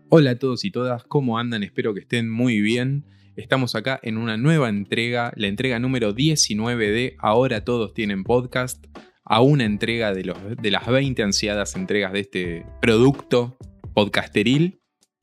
Hola a todos y todas, ¿cómo andan? Espero que estén muy bien. Estamos acá en una nueva entrega, la entrega número 19 de Ahora Todos Tienen Podcast, a una entrega de las 20 ansiadas entregas de este producto podcasteril.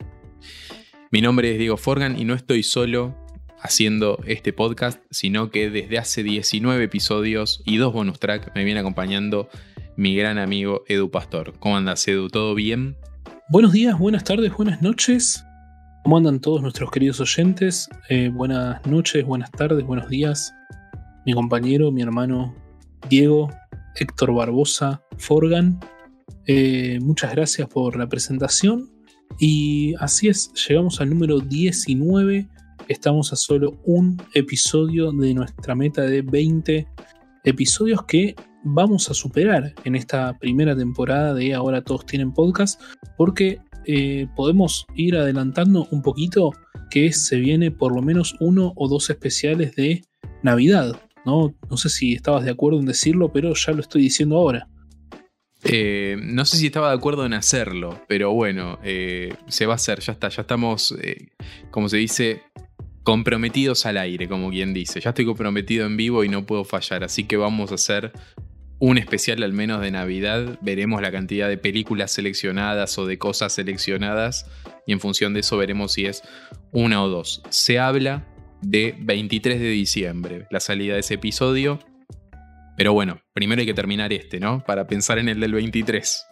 Mi nombre es Diego Forgan y no estoy solo haciendo este podcast, sino que desde hace 19 episodios y 2 bonus track me viene acompañando mi gran amigo Edu Pastor. ¿Cómo andas, Edu? ¿Todo bien? Buenos días, buenas tardes, buenas noches. ¿Cómo andan todos nuestros queridos oyentes? Buenas noches, buenas tardes, buenos días. Mi compañero, mi hermano Diego, Héctor Barbosa Forgan. Muchas gracias por la presentación. Y así es, llegamos al número 19. Estamos a solo un episodio de nuestra meta de 20 episodios que vamos a superar en esta primera temporada de Ahora Todos Tienen Podcast, porque podemos ir adelantando un poquito que se viene por lo menos 1 o 2 especiales de Navidad, ¿no? No sé si estabas de acuerdo en decirlo, pero ya lo estoy diciendo ahora. No sé si estaba de acuerdo en hacerlo, pero bueno, se va a hacer, ya está, ya estamos, como se dice, comprometidos al aire, como quien dice. Ya estoy comprometido en vivo y no puedo fallar, así que vamos a hacer un especial al menos de Navidad. Veremos la cantidad de películas seleccionadas o de cosas seleccionadas y en función de eso veremos si es 1 o 2. Se habla de 23 de diciembre, la salida de ese episodio. Pero bueno, primero hay que terminar este, ¿no? Para pensar en el del 23.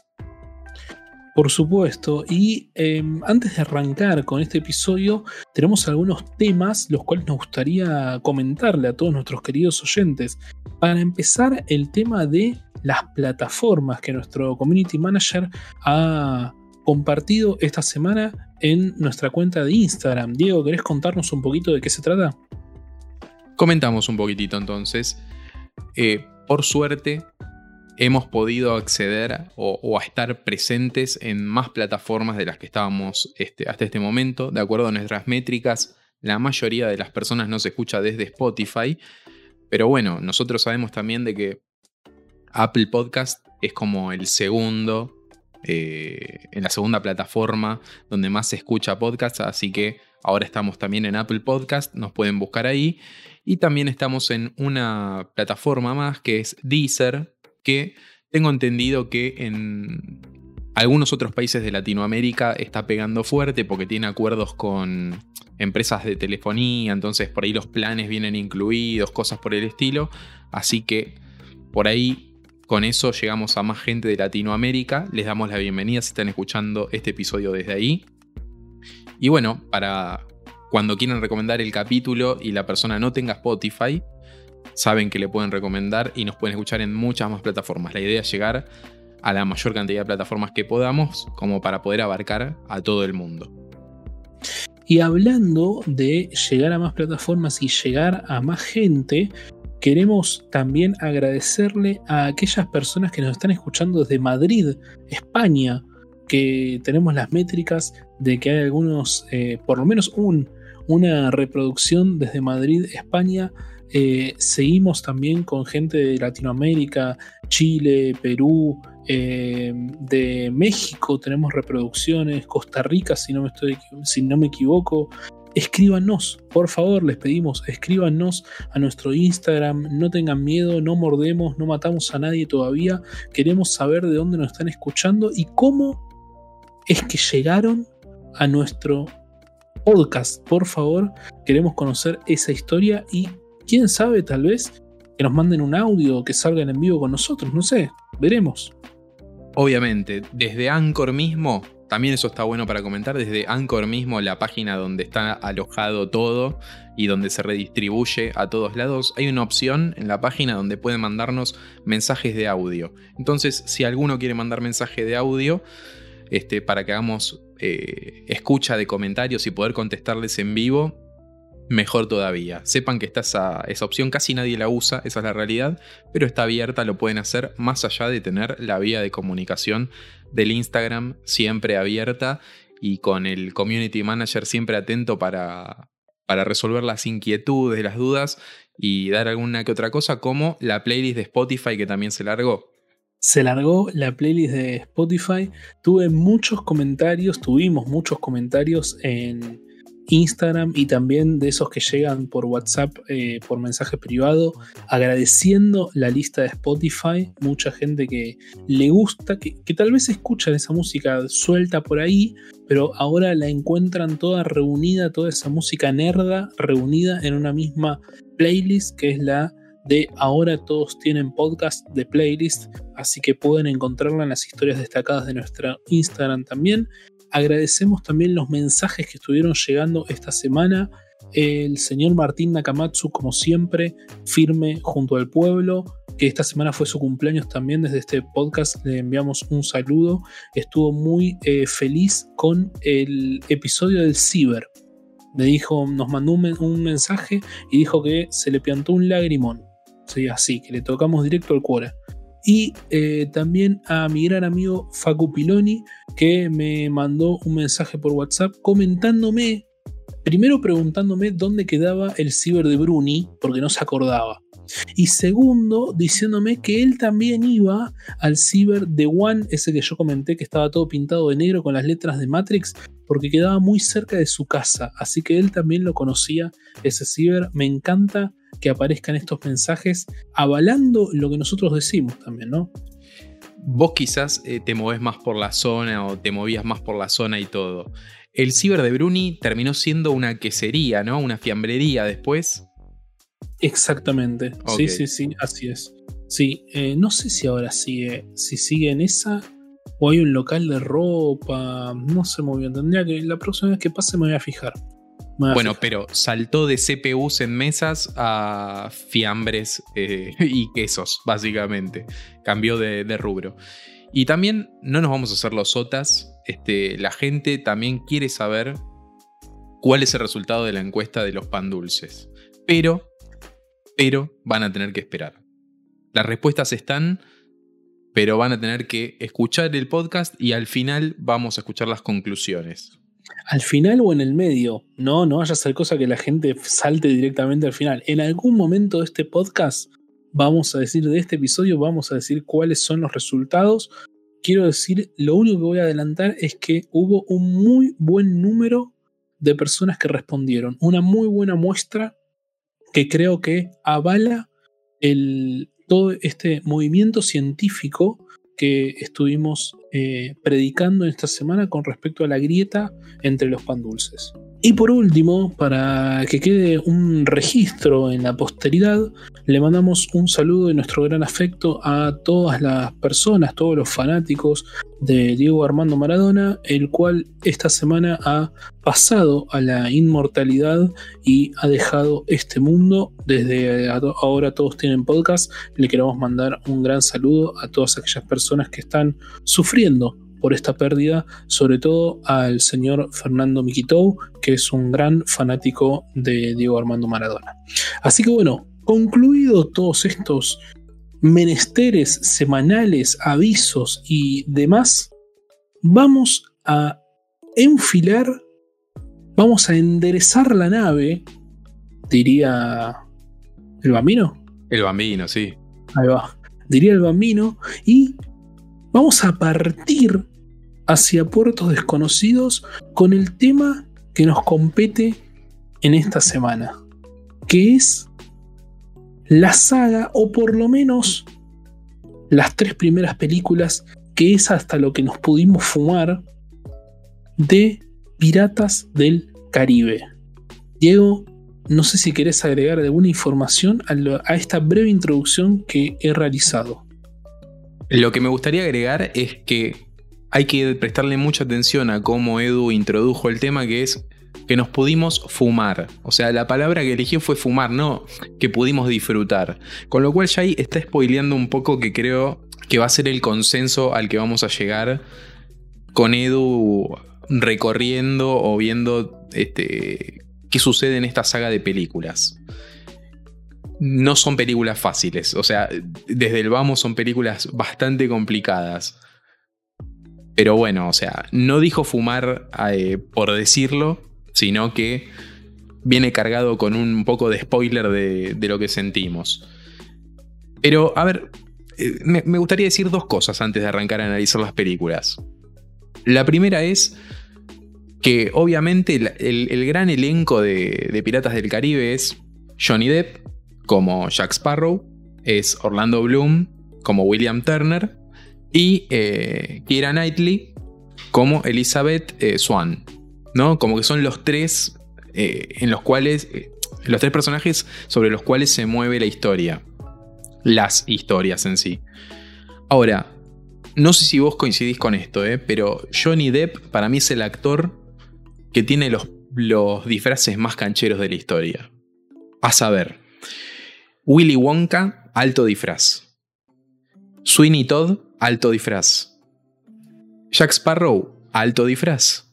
Por supuesto, y antes de arrancar con este episodio, tenemos algunos temas los cuales nos gustaría comentarle a todos nuestros queridos oyentes. Para empezar, el tema de las plataformas que nuestro Community Manager ha compartido esta semana en nuestra cuenta de Instagram. Diego, ¿querés contarnos un poquito de qué se trata? Comentamos un poquitito entonces. Por suerte, hemos podido acceder o a estar presentes en más plataformas de las que estábamos hasta este momento. De acuerdo a nuestras métricas, la mayoría de las personas nos escucha desde Spotify. Pero bueno, nosotros sabemos también de que Apple Podcast es como el segundo, en la segunda plataforma donde más se escucha podcast. Así que ahora estamos también en Apple Podcast, nos pueden buscar ahí. Y también estamos en una plataforma más que es Deezer, que tengo entendido que en algunos otros países de Latinoamérica está pegando fuerte porque tiene acuerdos con empresas de telefonía, entonces por ahí los planes vienen incluidos, cosas por el estilo. Así que por ahí con eso llegamos a más gente de Latinoamérica. Les damos la bienvenida si están escuchando este episodio desde ahí. Y bueno, para cuando quieran recomendar el capítulo y la persona no tenga Spotify, saben que le pueden recomendar y nos pueden escuchar en muchas más plataformas. La idea es llegar a la mayor cantidad de plataformas que podamos, como para poder abarcar a todo el mundo. Y hablando de llegar a más plataformas y llegar a más gente, queremos también agradecerle a aquellas personas que nos están escuchando desde Madrid, España, que tenemos las métricas de que hay algunos, por lo menos una reproducción desde Madrid, España. Seguimos también con gente de Latinoamérica, Chile, Perú, de México tenemos reproducciones, Costa Rica, si no me equivoco. Escríbanos, por favor, les pedimos, escríbanos a nuestro Instagram, no tengan miedo, no mordemos, no matamos a nadie todavía. Queremos saber de dónde nos están escuchando y cómo es que llegaron a nuestro podcast. Por favor, queremos conocer esa historia y quién sabe, tal vez que nos manden un audio, que salgan en vivo con nosotros, no sé, veremos. Obviamente, desde Anchor mismo, también eso está bueno para comentar, desde Anchor mismo, la página donde está alojado todo y donde se redistribuye a todos lados, hay una opción en la página donde pueden mandarnos mensajes de audio. Entonces, si alguno quiere mandar mensaje de audio, para que hagamos escucha de comentarios y poder contestarles en vivo, mejor todavía. Sepan que está esa opción, casi nadie la usa, esa es la realidad, pero está abierta, lo pueden hacer más allá de tener la vía de comunicación del Instagram siempre abierta y con el Community Manager siempre atento para resolver las inquietudes, las dudas y dar alguna que otra cosa, como la playlist de Spotify que también se largó. Se largó la playlist de Spotify. Tuvimos muchos comentarios en Instagram y también de esos que llegan por WhatsApp, por mensaje privado, agradeciendo la lista de Spotify. Mucha gente que le gusta, que tal vez escuchan esa música suelta por ahí, pero ahora la encuentran toda reunida, toda esa música nerda reunida en una misma playlist, que es la de Ahora Todos Tienen Podcast de playlist, así que pueden encontrarla en las historias destacadas de nuestra Instagram también. Agradecemos también los mensajes que estuvieron llegando esta semana. El señor Martín Nakamatsu, como siempre, firme junto al pueblo, que esta semana fue su cumpleaños también. Desde este podcast le enviamos un saludo. Estuvo muy feliz con el episodio del Ciber. Nos mandó un mensaje y dijo que se le piantó un lagrimón. Sí, así, que le tocamos directo al cuore. Y también a mi gran amigo Facu Piloni, que me mandó un mensaje por WhatsApp comentándome, primero preguntándome dónde quedaba el Ciber de Bruni, porque no se acordaba. Y segundo, diciéndome que él también iba al Ciber de One, ese que yo comenté que estaba todo pintado de negro con las letras de Matrix, porque quedaba muy cerca de su casa. Así que él también lo conocía, ese Ciber. Me encanta que aparezcan estos mensajes avalando lo que nosotros decimos también, ¿no? Vos quizás te movés más por la zona o te movías más por la zona y todo. El Ciber de Bruni terminó siendo una quesería, ¿no? Una fiambrería después. Exactamente, okay. Sí, así es. Sí, no sé si ahora sigue en esa o hay un local de ropa, no sé muy bien. Tendría que, la próxima vez que pase me voy a fijar. Bueno, pero saltó de CPUs en mesas a fiambres y quesos, básicamente. Cambió de rubro. Y también no nos vamos a hacer los sotas. La gente también quiere saber cuál es el resultado de la encuesta de los pan dulces. Pero van a tener que esperar. Las respuestas están, pero van a tener que escuchar el podcast y al final vamos a escuchar las conclusiones. Al final o en el medio, no vaya a ser cosa que la gente salte directamente al final. En algún momento de este podcast de este episodio vamos a decir cuáles son los resultados. Quiero decir, lo único que voy a adelantar es que hubo un muy buen número de personas que respondieron. Una muy buena muestra que creo que avala todo este movimiento científico que estuvimos predicando en esta semana con respecto a la grieta entre los pan dulces. Y por último, para que quede un registro en la posteridad, le mandamos un saludo y nuestro gran afecto a todas las personas, todos los fanáticos de Diego Armando Maradona, el cual esta semana ha pasado a la inmortalidad y ha dejado este mundo. Desde Ahora Todos Tienen Podcast, le queremos mandar un gran saludo a todas aquellas personas que están sufriendo por esta pérdida, sobre todo al señor Fernando Miquitou, que es un gran fanático de Diego Armando Maradona. Así que bueno, concluido todos estos menesteres semanales, avisos y demás, vamos a enderezar la nave, diría el Bambino. El Bambino, sí. Ahí va, diría el Bambino, y vamos a partir hacia puertos desconocidos con el tema que nos compete en esta semana, que es la saga, o por lo menos las 3 primeras películas, que es hasta lo que nos pudimos fumar, de Piratas del Caribe. Diego, no sé si querés agregar alguna información a esta breve introducción que he realizado. Lo que me gustaría agregar es que hay que prestarle mucha atención a cómo Edu introdujo el tema, que es que nos pudimos fumar. O sea, la palabra que eligió fue fumar, no que pudimos disfrutar. Con lo cual ya ahí está spoileando un poco que creo que va a ser el consenso al que vamos a llegar con Edu recorriendo o viendo qué sucede en esta saga de películas. No son películas fáciles, o sea, desde el vamos son películas bastante complicadas. Pero bueno, o sea, no dijo fumar por decirlo, sino que viene cargado con un poco de spoiler de lo que sentimos. Pero, a ver, Me gustaría decir dos cosas antes de arrancar a analizar las películas. La primera es que obviamente el gran elenco de Piratas del Caribe es Johnny Depp como Jack Sparrow, es Orlando Bloom como William Turner y Keira Knightley como Elizabeth Swann, ¿no? Como que son los tres en los cuales los tres personajes sobre los cuales se mueve la historia, las historias en sí. Ahora, no sé si vos coincidís con esto, pero Johnny Depp para mí es el actor que tiene los disfraces más cancheros de la historia. A saber, Willy Wonka, alto disfraz. Sweeney Todd, alto disfraz. Jack Sparrow, alto disfraz.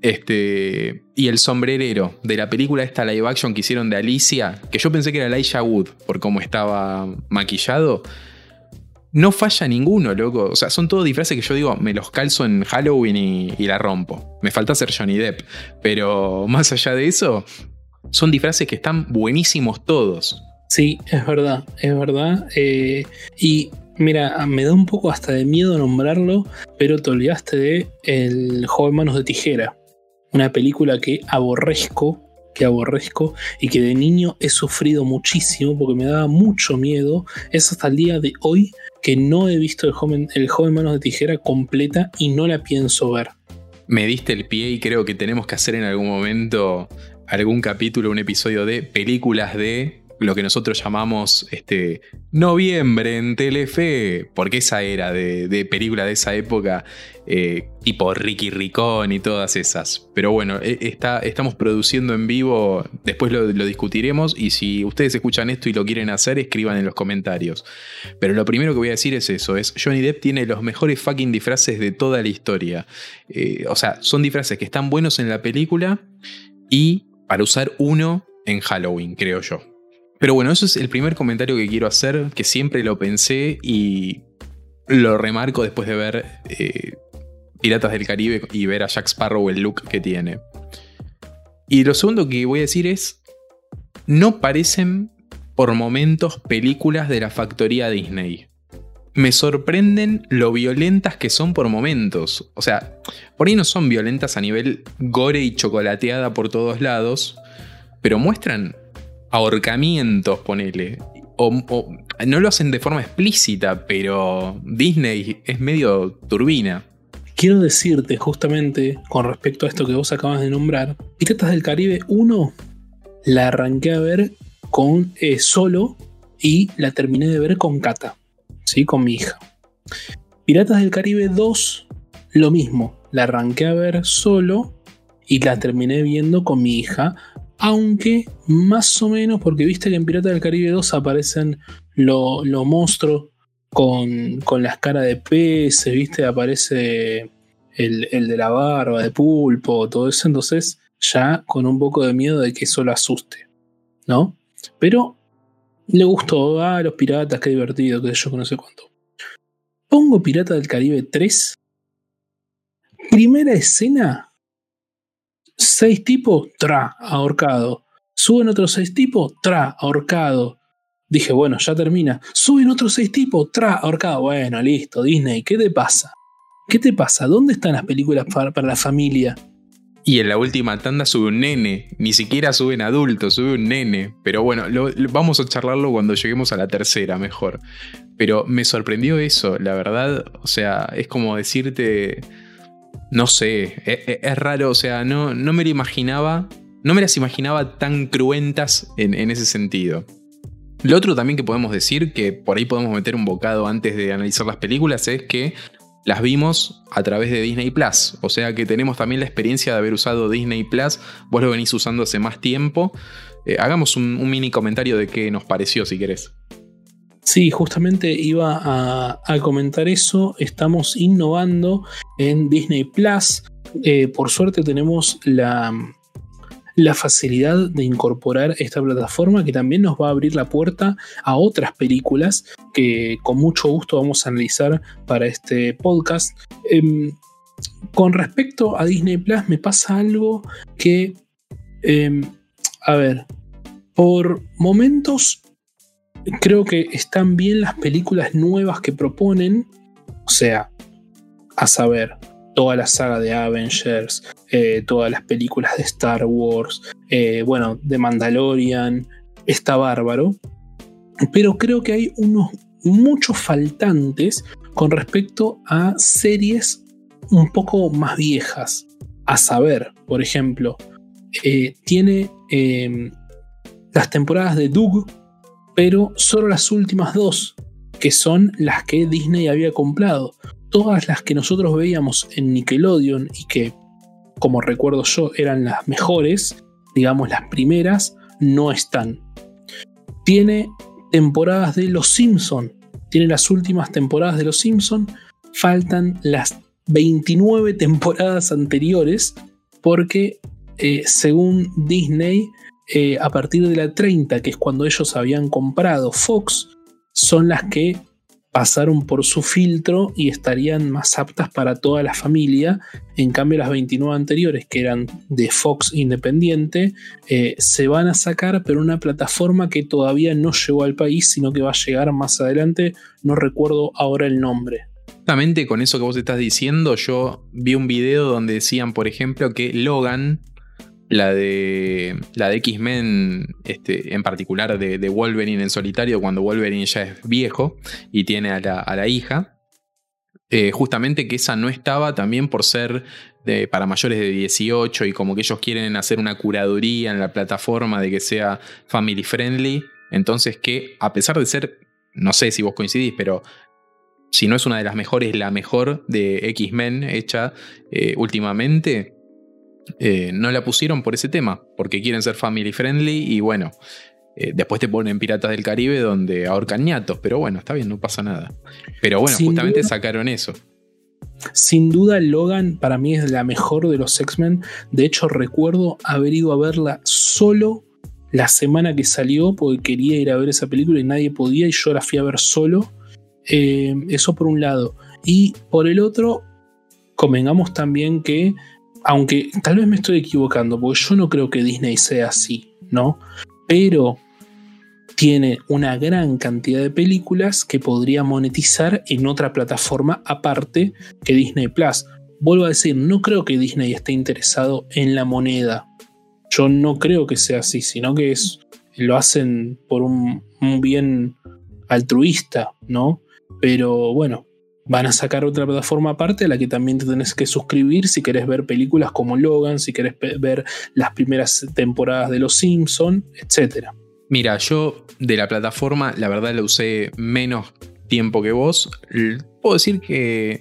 Y el sombrerero de la película esta live action que hicieron de Alicia, que yo pensé que era Elijah Wood por cómo estaba maquillado. No falla ninguno, loco. O sea, son todos disfraces que yo digo, me los calzo en Halloween y la rompo. Me falta ser Johnny Depp. Pero más allá de eso, son disfraces que están buenísimos todos. Sí, es verdad, es verdad. Y mira, me da un poco hasta de miedo nombrarlo, pero te olvidaste de El joven manos de tijera. Una película que aborrezco y que de niño he sufrido muchísimo porque me daba mucho miedo. Es hasta el día de hoy que no he visto el joven manos de tijera completa y no la pienso ver. Me diste el pie y creo que tenemos que hacer en algún momento algún capítulo, un episodio de películas de lo que nosotros llamamos noviembre en Telefe, porque esa era de película de esa época, tipo Ricky Ricón y todas esas. Pero bueno, estamos produciendo en vivo, después lo discutiremos, y si ustedes escuchan esto y lo quieren hacer, escriban en los comentarios. Pero lo primero que voy a decir es eso, Johnny Depp tiene los mejores fucking disfraces de toda la historia. O sea, son disfraces que están buenos en la película y para usar uno en Halloween, creo yo. Pero bueno, eso es el primer comentario que quiero hacer, que siempre lo pensé y lo remarco después de ver Piratas del Caribe y ver a Jack Sparrow el look que tiene. Y lo segundo que voy a decir es, no parecen por momentos películas de la factoría Disney. Me sorprenden lo violentas que son por momentos. O sea, por ahí no son violentas a nivel gore y chocolateada por todos lados, pero muestran ahorcamientos, ponele. O no lo hacen de forma explícita, pero Disney es medio turbina. Quiero decirte justamente con respecto a esto que vos acabas de nombrar, Piratas del Caribe 1 la arranqué a ver con solo y la terminé de ver con Cata, ¿sí? Con mi hija. Piratas del Caribe 2, lo mismo, la arranqué a ver solo y la terminé viendo con mi hija. Aunque más o menos, porque viste que en Piratas del Caribe 2 aparecen los monstruos con las caras de peces, viste, aparece el de la barba, de pulpo, todo eso, entonces ya con un poco de miedo de que eso lo asuste, ¿no? Pero le gustó, los piratas, qué divertido, qué sé yo, no sé cuánto. Pongo Piratas del Caribe 3, primera escena. 6 tipos, ahorcado. Suben otros 6 tipos, ahorcado. Dije, bueno, ya termina. Suben otros 6 tipos, ahorcado. Bueno, listo, Disney, ¿qué te pasa? ¿Qué te pasa? ¿Dónde están las películas para la familia? Y en la última tanda sube un nene. Ni siquiera suben adultos, sube un nene. Pero bueno, vamos a charlarlo cuando lleguemos a la tercera, mejor. Pero me sorprendió eso, la verdad. O sea, es como decirte... No sé, es raro, o sea, no me lo imaginaba, no me las imaginaba tan cruentas en ese sentido. Lo otro también que podemos decir, que por ahí podemos meter un bocado antes de analizar las películas, es que las vimos a través de Disney Plus. O sea que tenemos también la experiencia de haber usado Disney Plus. Vos lo venís usando hace más tiempo. Hagamos un mini comentario de qué nos pareció, si querés. Sí, justamente iba a comentar eso. Estamos innovando en Disney Plus. Por suerte tenemos la facilidad de incorporar esta plataforma que también nos va a abrir la puerta a otras películas que con mucho gusto vamos a analizar para este podcast. Con respecto a Disney Plus me pasa algo que, por momentos creo que están bien las películas nuevas que proponen, o sea, a saber, toda la saga de Avengers, todas las películas de Star Wars, bueno, de Mandalorian, está bárbaro, pero creo que hay muchos faltantes con respecto a series un poco más viejas. A saber, por ejemplo, tiene las temporadas de Doug, pero solo las últimas 2, que son las que Disney había comprado. Todas las que nosotros veíamos en Nickelodeon y que, como recuerdo yo, eran las mejores, digamos las primeras, no están. Tiene temporadas de Los Simpson, tiene las últimas temporadas de Los Simpson, faltan las 29 temporadas anteriores porque según Disney, a partir de la 30, que es cuando ellos habían comprado Fox, son las que pasaron por su filtro y estarían más aptas para toda la familia. En cambio, las 29 anteriores, que eran de Fox independiente, se van a sacar, pero una plataforma que todavía no llegó al país, sino que va a llegar más adelante. No recuerdo ahora el nombre. Justamente con eso que vos estás diciendo, yo vi un video donde decían, por ejemplo, que Logan, la de X-Men, en particular de Wolverine en solitario, cuando Wolverine ya es viejo y tiene a la hija, justamente que esa no estaba también por ser para mayores de 18 y como que ellos quieren hacer una curaduría en la plataforma de que sea family friendly. Entonces que a pesar de ser, no sé si vos coincidís, pero si no es una de las mejores, la mejor de X-Men hecha últimamente, no la pusieron por ese tema, porque quieren ser family friendly y bueno, después te ponen Piratas del Caribe donde ahorcan ñatos, pero bueno, está bien, no pasa nada. Pero bueno, sin justamente duda, sacaron eso. Sin duda Logan para mí es la mejor de los X-Men. De hecho recuerdo haber ido a verla solo la semana que salió porque quería ir a ver esa película y nadie podía y yo la fui a ver solo. Eso por un lado. Y por el otro, convengamos también que, aunque tal vez me estoy equivocando, porque yo no creo que Disney sea así, ¿no? Pero tiene una gran cantidad de películas que podría monetizar en otra plataforma aparte que Disney Plus. Vuelvo a decir, no creo que Disney esté interesado en la moneda. Yo no creo que sea así, sino que lo hacen por un bien altruista, ¿no? Pero bueno, van a sacar otra plataforma aparte a la que también te tenés que suscribir si querés ver películas como Logan, si querés ver las primeras temporadas de Los Simpson, etc. Mira, yo de la plataforma la verdad la usé menos tiempo que vos. Puedo decir que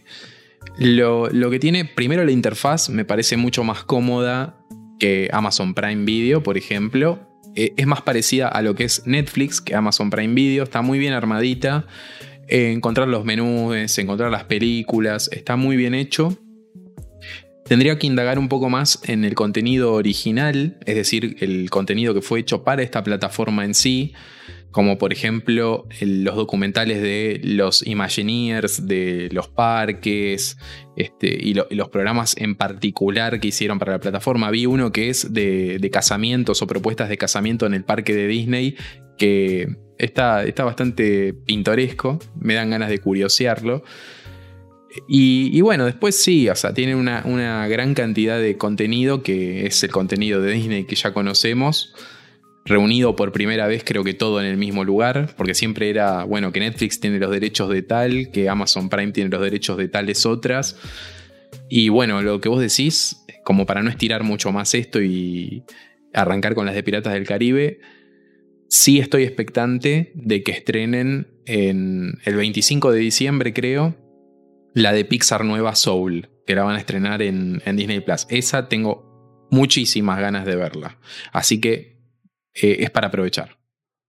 lo que tiene, primero la interfaz me parece mucho más cómoda que Amazon Prime Video, por ejemplo. Es más parecida a lo que es Netflix que Amazon Prime Video, está muy bien armadita. Encontrar los menús, encontrar las películas, está muy bien hecho. Tendría que indagar un poco más en el contenido original, es decir, el contenido que fue hecho para esta plataforma en sí, como por ejemplo los documentales de los Imagineers, de los parques, y los programas en particular que hicieron para la plataforma. Vi uno que es de casamientos o propuestas de casamiento en el parque de Disney, que está bastante pintoresco, me dan ganas de curiosearlo. Y bueno, después sí, o sea, tiene una gran cantidad de contenido que es el contenido de Disney que ya conocemos, reunido por primera vez creo que todo en el mismo lugar, porque siempre era, bueno, que Netflix tiene los derechos de tal, que Amazon Prime tiene los derechos de tales otras. Y bueno, lo que vos decís, como para no estirar mucho más esto y arrancar con las de Piratas del Caribe, sí estoy expectante de que estrenen el 25 de diciembre, creo, la de Pixar nueva Soul, que la van a estrenar en Disney Plus. Esa tengo muchísimas ganas de verla. Así que es para aprovechar.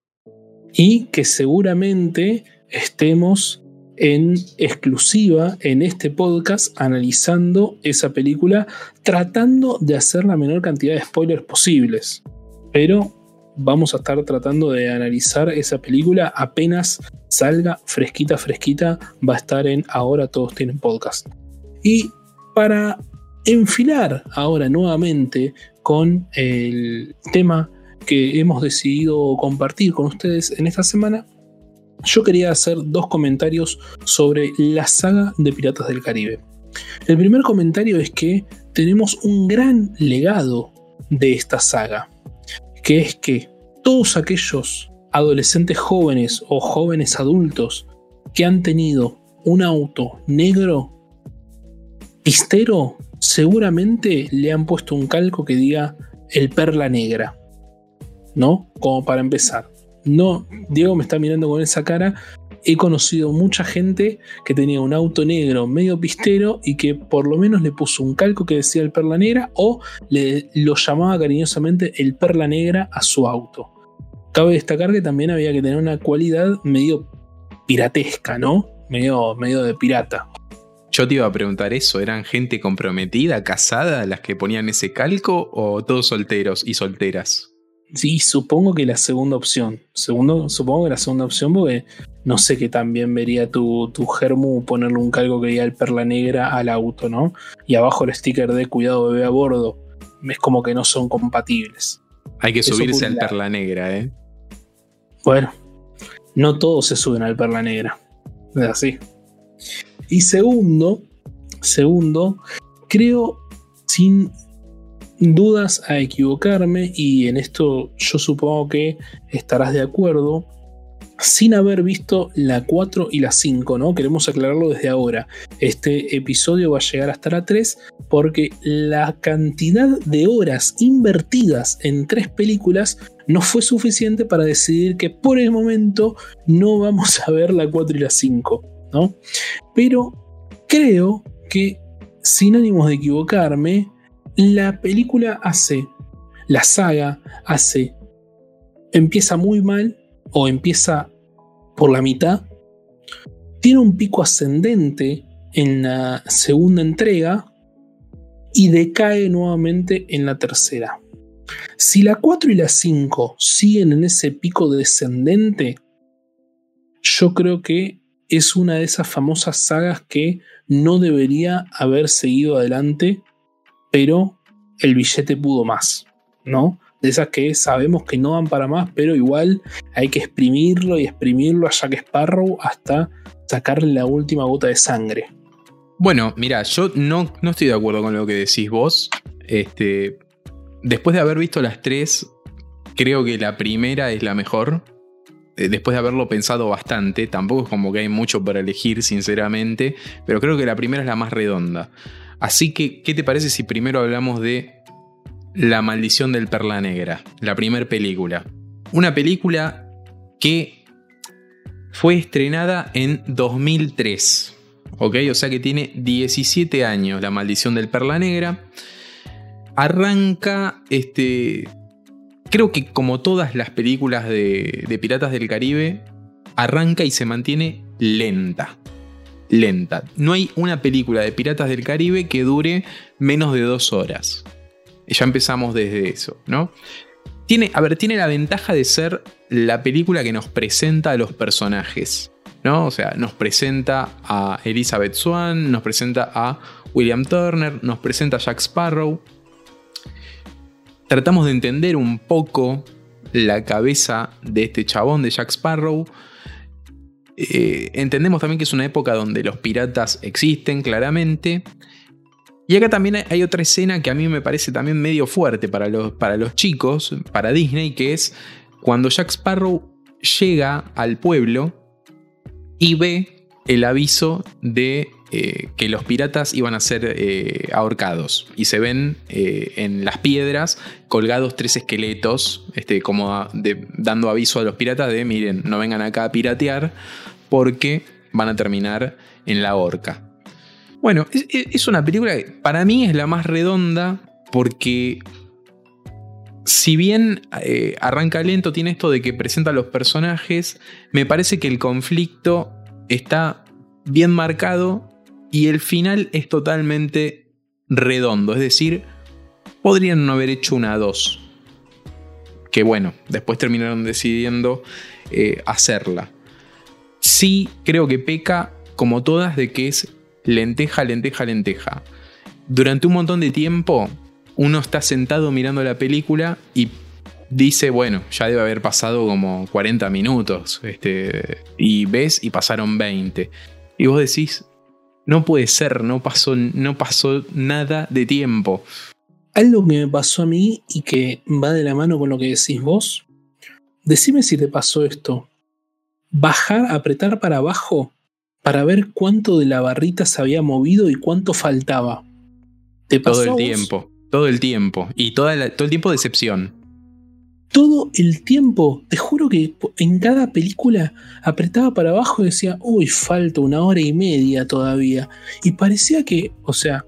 Y que seguramente estemos en exclusiva en este podcast analizando esa película, tratando de hacer la menor cantidad de spoilers posibles. Pero vamos a estar tratando de analizar esa película apenas salga fresquita, va a estar en Ahora Todos Tienen Podcast. Y para enfilar ahora nuevamente con el tema que hemos decidido compartir con ustedes en esta semana, yo quería hacer 2 comentarios sobre la saga de Piratas del Caribe. El primer comentario es que tenemos un gran legado de esta saga, que es que todos aquellos adolescentes jóvenes o jóvenes adultos que han tenido un auto negro pistero, seguramente le han puesto un calco que diga el Perla Negra, ¿no? Como para empezar. No, Diego me está mirando con esa cara. He conocido mucha gente que tenía un auto negro medio pistero y que por lo menos le puso un calco que decía el Perla Negra o lo llamaba cariñosamente el Perla Negra a su auto. Cabe destacar que también había que tener una cualidad medio piratesca, ¿no? Medio de pirata. Yo te iba a preguntar eso, ¿eran gente comprometida, casada, las que ponían ese calco o todos solteros y solteras? Sí, supongo que la segunda opción. Supongo que la segunda opción, porque no sé qué tan bien vería tu germu ponerle un calco que diga el Perla Negra al auto, ¿no? Y abajo el sticker de cuidado bebé a bordo. Es como que no son compatibles. Hay que subirse al Perla Negra, ¿eh? Bueno, no todos se suben al Perla Negra. Es así. Y segundo, creo sin dudas a equivocarme, y en esto yo supongo que estarás de acuerdo, sin haber visto la 4 y la 5, ¿no? Queremos aclararlo desde ahora. Este episodio va a llegar hasta la 3 porque la cantidad de horas invertidas en 3 películas no fue suficiente para decidir que por el momento no vamos a ver la 4 y la 5, ¿no? Pero creo que, sin ánimos de equivocarme, la saga empieza muy mal o empieza por la mitad, tiene un pico ascendente en la segunda entrega y decae nuevamente en la tercera. Si la 4 y la 5 siguen en ese pico descendente, yo creo que es una de esas famosas sagas que no debería haber seguido adelante, pero el billete pudo más, ¿no? De esas que sabemos que no dan para más, pero igual hay que exprimirlo a Jack Sparrow hasta sacarle la última gota de sangre. Bueno, mira, yo no estoy de acuerdo con lo que decís vos. Después de haber visto las 3, creo que la primera es la mejor. Después de haberlo pensado bastante, tampoco es como que hay mucho para elegir, sinceramente, pero creo que la primera es la más redonda. Así que, ¿qué te parece si primero hablamos de La Maldición del Perla Negra, la primera película? Una película que fue estrenada en 2003, ¿ok? O sea que tiene 17 años La Maldición del Perla Negra. Arranca, creo que como todas las películas de Piratas del Caribe, arranca y se mantiene lenta. No hay una película de Piratas del Caribe que dure menos de 2 horas. Ya empezamos desde eso, ¿no? Tiene la ventaja de ser la película que nos presenta a los personajes, ¿no? O sea, nos presenta a Elizabeth Swann, nos presenta a William Turner, nos presenta a Jack Sparrow. Tratamos de entender un poco la cabeza de este chabón, de Jack Sparrow. Entendemos también que es una época donde los piratas existen, claramente. Y acá también hay otra escena que a mí me parece también medio fuerte para los chicos, para Disney, que es cuando Jack Sparrow llega al pueblo y ve el aviso de que los piratas iban a ser ahorcados. Y se ven en las piedras colgados 3 esqueletos, como dando aviso a los piratas de: miren, no vengan acá a piratear porque van a terminar en la horca. Bueno, es una película que para mí es la más redonda porque, si bien arranca lento, tiene esto de que presenta a los personajes, me parece que el conflicto está bien marcado y el final es totalmente redondo. Es decir, podrían no haber hecho una 2. Que bueno, después terminaron decidiendo hacerla. Sí, creo que peca, como todas, de que es lenteja. Durante un montón de tiempo uno está sentado mirando la película y dice, bueno, ya debe haber pasado como 40 minutos. Y ves y pasaron 20. Y vos decís, no puede ser, no pasó nada de tiempo. Algo que me pasó a mí y que va de la mano con lo que decís vos. Decime si te pasó esto. Apretar para abajo para ver cuánto de la barrita se había movido y cuánto faltaba. ¿Te pasó todo el tiempo. Y todo el tiempo de excepción. Todo el tiempo. Te juro que en cada película apretaba para abajo y decía, uy, falta 1 hora y media todavía. Y parecía que, o sea,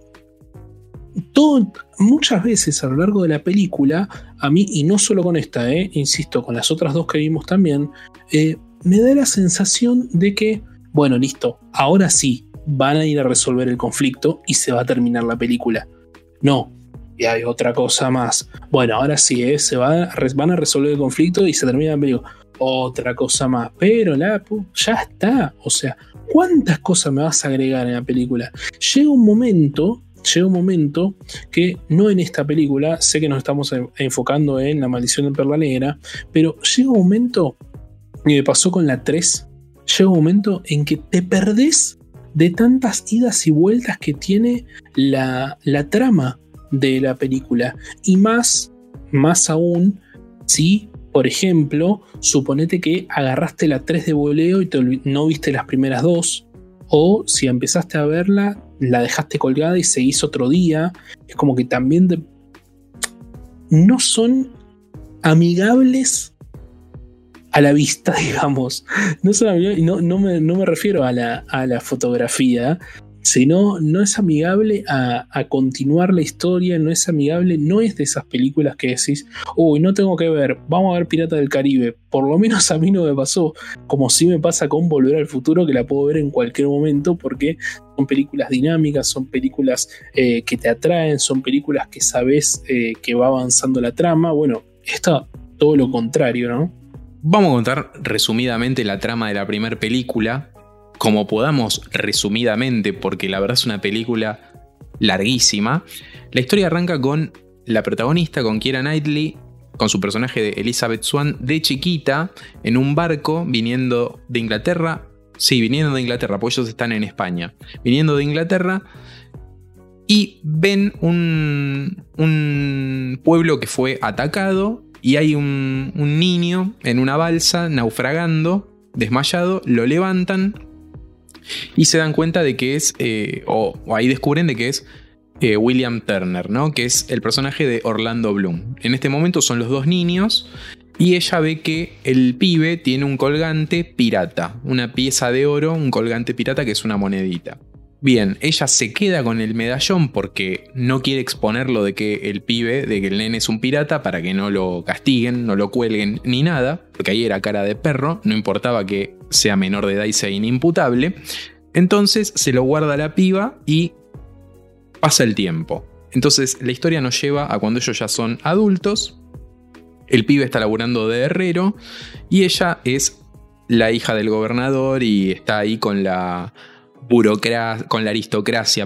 muchas veces a lo largo de la película, a mí, y no solo con esta, insisto, con las otras 2 que vimos también, me da la sensación de que, bueno, listo, ahora sí, van a ir a resolver el conflicto y se va a terminar la película. No, y hay otra cosa más. Bueno, ahora sí, van a resolver el conflicto y se termina la película. Otra cosa más, pero ya está. O sea, ¿cuántas cosas me vas a agregar en la película? Llega un momento que no en esta película, sé que nos estamos enfocando en La Maldición de Perla Negra, pero llega un momento, y me pasó con la 3, llega un momento en que te perdés de tantas idas y vueltas que tiene la trama de la película. Y más aún, si, por ejemplo, suponete que agarraste la 3 de voleo y no viste las primeras 2, o si empezaste a verla, la dejaste colgada y seguís otro día. Es como que también no son amigables a la vista, digamos. No son amigables, y no me refiero a la fotografía, sino no es amigable a continuar la historia, no es amigable, no es de esas películas que decís, uy, no tengo que ver, vamos a ver Pirata del Caribe. Por lo menos a mí no me pasó, como sí me pasa con Volver al Futuro, que la puedo ver en cualquier momento porque son películas dinámicas, son películas que te atraen, son películas que sabes que va avanzando la trama. Bueno, está todo lo contrario, ¿no? Vamos a contar resumidamente la trama de la primera película, como podamos resumidamente, porque la verdad es una película larguísima. La historia arranca con la protagonista, con Keira Knightley, con su personaje de Elizabeth Swann, de chiquita, en un barco viniendo de Inglaterra. Sí, viniendo de Inglaterra, porque ellos están en España. Viniendo de Inglaterra y ven un pueblo que fue atacado y hay un niño en una balsa naufragando, desmayado, lo levantan y se dan cuenta de que es, o ahí descubren de que es William Turner, ¿no? Que es el personaje de Orlando Bloom. En este momento son los 2 niños y ella ve que el pibe tiene un colgante pirata, una pieza de oro, un colgante pirata que es una monedita. Bien, ella se queda con el medallón porque no quiere exponerlo de que el pibe, de que el nene es un pirata, para que no lo castiguen, no lo cuelguen ni nada, porque ahí era cara de perro, no importaba que sea menor de edad y sea inimputable. Entonces se lo guarda la piba y pasa el tiempo. Entonces la historia nos lleva a cuando ellos ya son adultos, el pibe está laburando de herrero y ella es la hija del gobernador y está ahí con la aristocracia,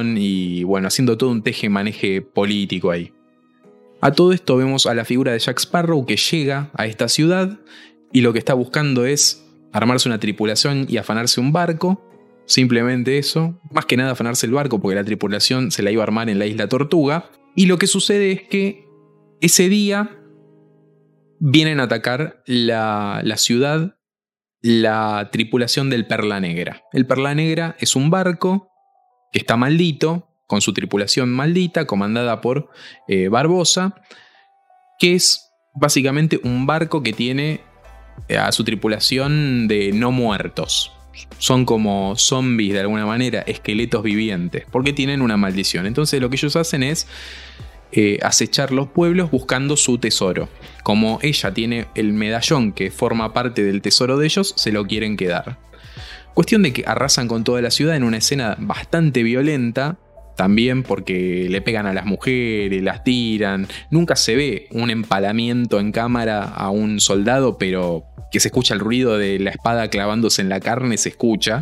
y bueno, haciendo todo un teje-maneje político ahí. A todo esto vemos a la figura de Jack Sparrow que llega a esta ciudad y lo que está buscando es armarse una tripulación y afanarse un barco. Simplemente eso, más que nada afanarse el barco porque la tripulación se la iba a armar en la isla Tortuga. Y lo que sucede es que ese día vienen a atacar la ciudad la tripulación del Perla Negra. El Perla Negra es un barco que está maldito, con su tripulación maldita, comandada por Barbossa, que es básicamente un barco que tiene a su tripulación de no muertos. Son como zombies de alguna manera, esqueletos vivientes, porque tienen una maldición. Entonces lo que ellos hacen es acechar los pueblos buscando su tesoro. Como ella tiene el medallón que forma parte del tesoro de ellos, se lo quieren quedar. Cuestión de que arrasan con toda la ciudad en una escena bastante violenta, también porque le pegan a las mujeres, las tiran. Nunca se ve un empalamiento en cámara a un soldado, pero que se escucha el ruido de la espada clavándose en la carne, se escucha.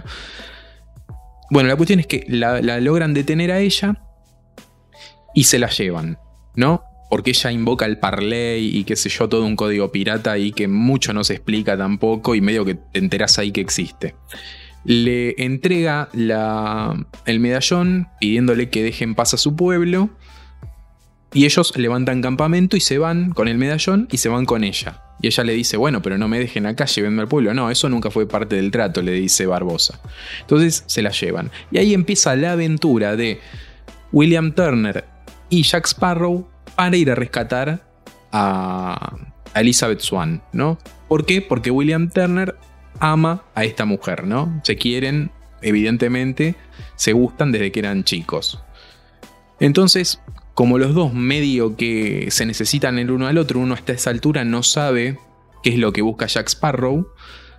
Bueno, la cuestión es que la logran detener a ella y se la llevan, ¿no? porque ella invoca el parlay y qué sé yo, todo un código pirata y que mucho no se explica tampoco y medio que te enterás ahí que existe. Le entrega el medallón pidiéndole que deje en paz a su pueblo y ellos levantan campamento y se van con el medallón y se van con ella. Y ella le dice, bueno, pero no me dejen acá, llévenme al pueblo. No, eso nunca fue parte del trato, le dice Barbossa. Entonces se la llevan. Y ahí empieza la aventura de William Turner y Jack Sparrow para ir a rescatar a Elizabeth Swann, ¿no? ¿Por qué? Porque William Turner ama a esta mujer, ¿no? Se quieren, evidentemente, se gustan desde que eran chicos. Entonces, como los dos medio que se necesitan el uno al otro, uno hasta esa altura no sabe qué es lo que busca Jack Sparrow,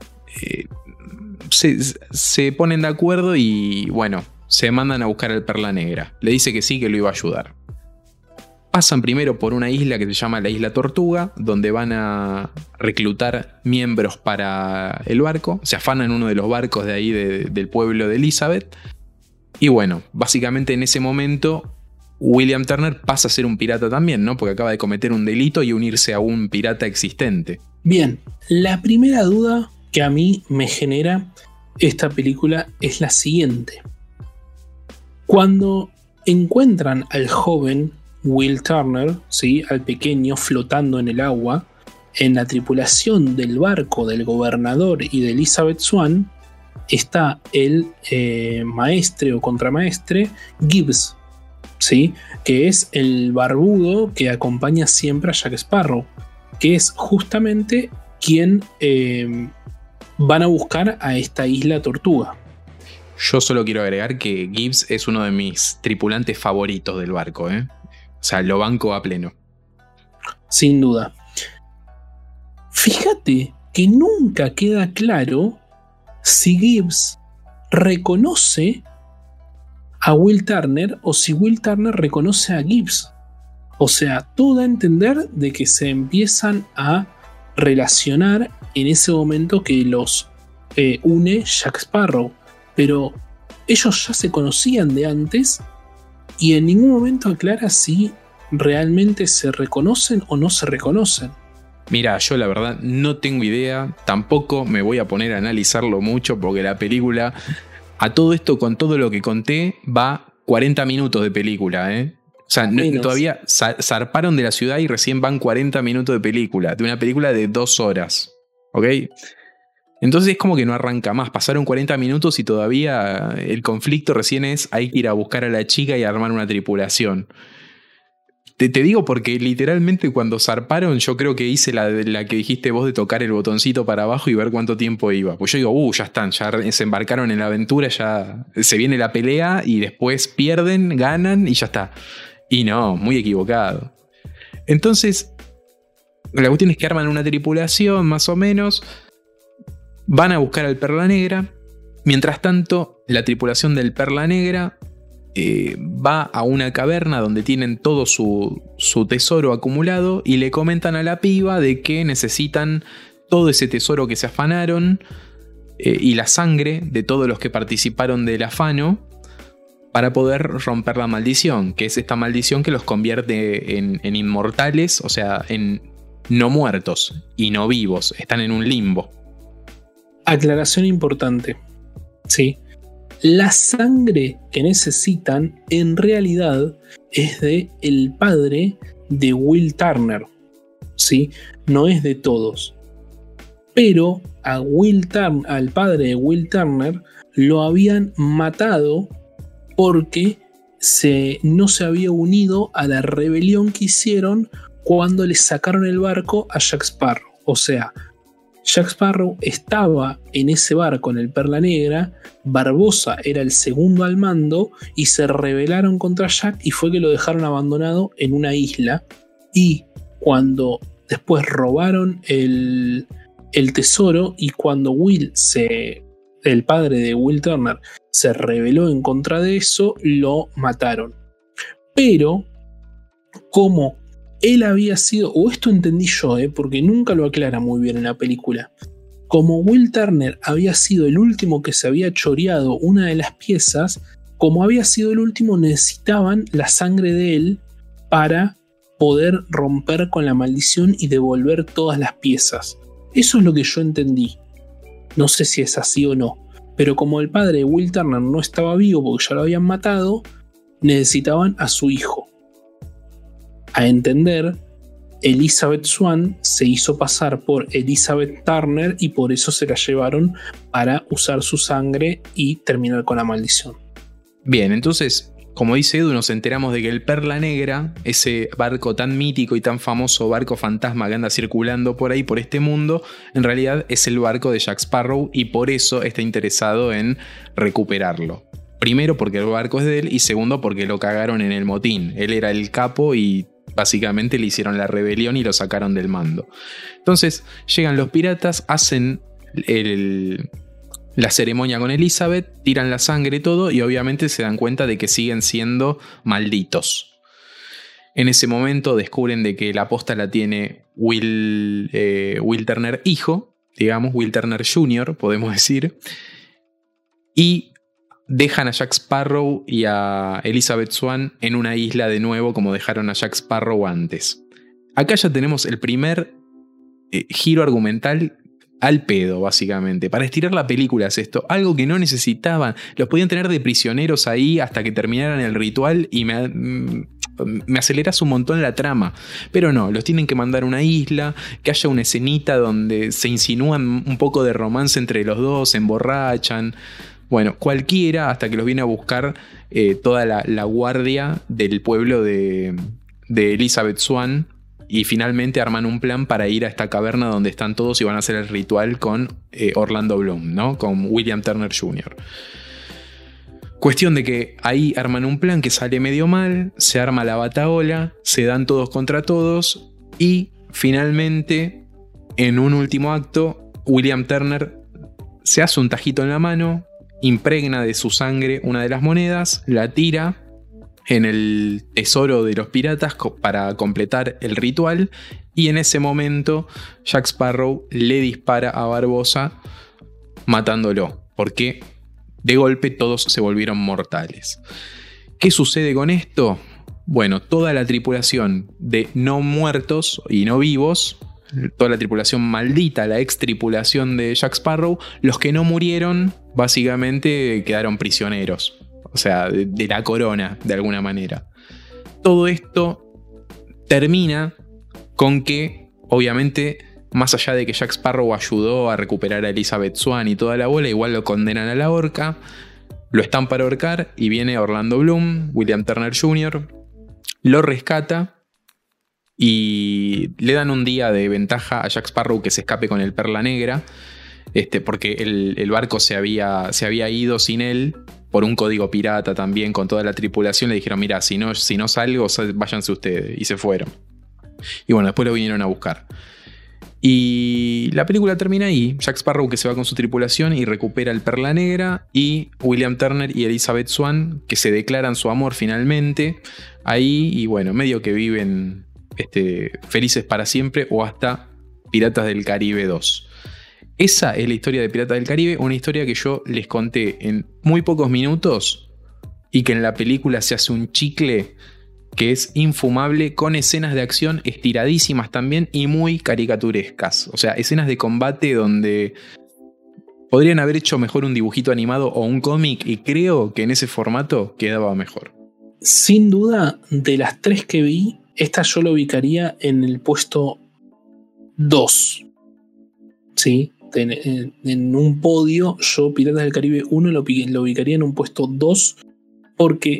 se ponen de acuerdo y, bueno, se mandan a buscar al Perla Negra. Le dice que sí, que lo iba a ayudar. Pasan primero por una isla que se llama la Isla Tortuga, donde van a reclutar miembros para el barco. Se afanan uno de los barcos de ahí del pueblo de Elizabeth. Y bueno, básicamente en ese momento William Turner pasa a ser un pirata también, ¿no? Porque acaba de cometer un delito y unirse a un pirata existente. Bien, la primera duda que a mí me genera esta película es la siguiente. Cuando encuentran al joven Will Turner, ¿sí?, al pequeño flotando en el agua, en la tripulación del barco del gobernador y de Elizabeth Swann, está el maestre o contramaestre Gibbs, ¿sí?, que es el barbudo que acompaña siempre a Jack Sparrow, que es justamente quien van a buscar a esta Isla Tortuga. Yo solo quiero agregar que Gibbs es uno de mis tripulantes favoritos del barco, ¿eh? O sea, lo banco a pleno. Sin duda. Fíjate que nunca queda claro si Gibbs reconoce a Will Turner o si Will Turner reconoce a Gibbs. O sea, todo da a entender de que se empiezan a relacionar en ese momento que los une Jack Sparrow. Pero ellos ya se conocían de antes y en ningún momento aclara si realmente se reconocen o no se reconocen. Mira, yo la verdad no tengo idea, tampoco me voy a poner a analizarlo mucho porque la película, a todo esto con todo lo que conté, va 40 minutos de película, ¿eh? O sea, todavía zarparon de la ciudad y recién van 40 minutos de película, de una película de 2 horas, ¿ok? Entonces es como que no arranca más, pasaron 40 minutos y todavía el conflicto recién es hay que ir a buscar a la chica y armar una tripulación. Te digo porque literalmente cuando zarparon yo creo que hice la que dijiste vos de tocar el botoncito para abajo y ver cuánto tiempo iba. Pues yo digo, ya están, ya se embarcaron en la aventura, ya se viene la pelea y después pierden, ganan y ya está. Y no, muy equivocado. Entonces, la cuestión es que arman una tripulación más o menos, van a buscar al Perla Negra. Mientras tanto, la tripulación del Perla Negra va a una caverna donde tienen todo su tesoro acumulado y le comentan a la piba de que necesitan todo ese tesoro que se afanaron y la sangre de todos los que participaron del afano para poder romper la maldición, que es esta maldición que los convierte en inmortales, o sea, en no muertos y no vivos, están en un limbo. Aclaración importante, ¿sí? La sangre que necesitan en realidad es de el padre de Will Turner, ¿sí? No es de todos. Pero al padre de Will Turner lo habían matado porque no se había unido a la rebelión que hicieron cuando le sacaron el barco a Jack Sparrow. O sea, Jack Sparrow estaba en ese barco en el Perla Negra, Barbossa era el segundo al mando y se rebelaron contra Jack y fue que lo dejaron abandonado en una isla. Y cuando después robaron el tesoro y cuando el padre de Will Turner se rebeló en contra de eso, lo mataron. Pero como él había sido, o esto entendí yo, porque nunca lo aclara muy bien en la película, como Will Turner había sido el último que se había choreado una de las piezas, como había sido el último necesitaban la sangre de él para poder romper con la maldición y devolver todas las piezas. Eso es lo que yo entendí. No sé si es así o no, pero como el padre de Will Turner no estaba vivo porque ya lo habían matado, necesitaban a su hijo. A entender, Elizabeth Swann se hizo pasar por Elizabeth Turner y por eso se la llevaron para usar su sangre y terminar con la maldición. Bien, entonces, como dice Edu, nos enteramos de que el Perla Negra, ese barco tan mítico y tan famoso, barco fantasma que anda circulando por ahí, por este mundo, en realidad es el barco de Jack Sparrow y por eso está interesado en recuperarlo. Primero porque el barco es de él y segundo porque lo cagaron en el motín. Él era el capo y básicamente le hicieron la rebelión y lo sacaron del mando. Entonces llegan los piratas, hacen la ceremonia con Elizabeth, tiran la sangre y todo y obviamente se dan cuenta de que siguen siendo malditos. En ese momento descubren de que la posta la tiene Will Turner hijo, digamos, Will Turner Jr., podemos decir, y dejan a Jack Sparrow y a Elizabeth Swann en una isla de nuevo como dejaron a Jack Sparrow antes. Acá ya tenemos el primer giro argumental al pedo, básicamente. Para estirar la película es esto. Algo que no necesitaban. Los podían tener de prisioneros ahí hasta que terminaran el ritual y me aceleras un montón la trama. Pero no, los tienen que mandar a una isla, que haya una escenita donde se insinúan un poco de romance entre los dos, se emborrachan. Bueno, cualquiera, hasta que los viene a buscar toda la guardia del pueblo de Elizabeth Swann. Y finalmente arman un plan para ir a esta caverna donde están todos y van a hacer el ritual con Orlando Bloom, ¿no? Con William Turner Jr. Cuestión de que ahí arman un plan que sale medio mal, se arma la batahola, se dan todos contra todos y finalmente, en un último acto, William Turner se hace un tajito en la mano, impregna de su sangre una de las monedas, la tira en el tesoro de los piratas para completar el ritual y en ese momento Jack Sparrow le dispara a Barbossa matándolo porque de golpe todos se volvieron mortales. ¿Qué sucede con esto? Bueno, toda la tripulación de no muertos y no vivos, toda la tripulación maldita, la ex tripulación de Jack Sparrow, los que no murieron básicamente quedaron prisioneros. O sea, de la corona, de alguna manera. Todo esto termina con que, obviamente, más allá de que Jack Sparrow ayudó a recuperar a Elizabeth Swann y toda la bola, igual lo condenan a la horca, lo están para ahorcar y viene Orlando Bloom, William Turner Jr., lo rescata y le dan un día de ventaja a Jack Sparrow que se escape con el Perla Negra, porque el barco se había ido sin él por un código pirata también con toda la tripulación. Le dijeron, mira, si no salgo, váyanse ustedes, y se fueron. Y bueno, después lo vinieron a buscar. Y la película termina ahí. Jack Sparrow que se va con su tripulación y recupera el Perla Negra, y William Turner y Elizabeth Swann que se declaran su amor finalmente ahí, y bueno, medio que viven felices para siempre, o hasta Piratas del Caribe 2. Esa es la historia de Piratas del Caribe, una historia que yo les conté en muy pocos minutos y que en la película se hace un chicle que es infumable, con escenas de acción estiradísimas también y muy caricaturescas. O sea, escenas de combate donde podrían haber hecho mejor un dibujito animado o un cómic, y creo que en ese formato quedaba mejor. Sin duda, de las tres que vi, esta yo lo ubicaría en el puesto 2. ¿Sí? En un podio, yo Piratas del Caribe 1 lo ubicaría en un puesto 2, porque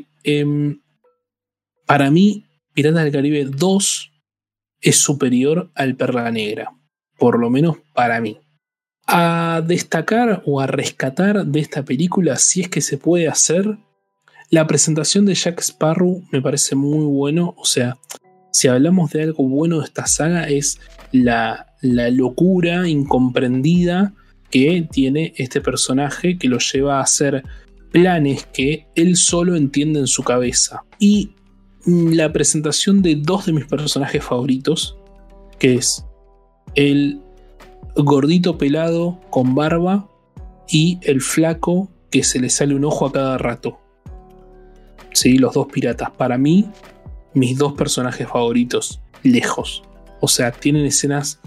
para mí Piratas del Caribe 2 es superior al Perla Negra, por lo menos para mí. A destacar o a rescatar de esta película, si es que se puede hacer, la presentación de Jack Sparrow me parece muy bueno. O sea, si hablamos de algo bueno de esta saga, es la locura incomprendida que tiene este personaje, que lo lleva a hacer planes que él solo entiende en su cabeza. Y la presentación de dos de mis personajes favoritos, que es el gordito pelado con barba y el flaco que se le sale un ojo a cada rato. Sí, los dos piratas. Para mí, mis dos personajes favoritos, lejos. O sea, tienen escenas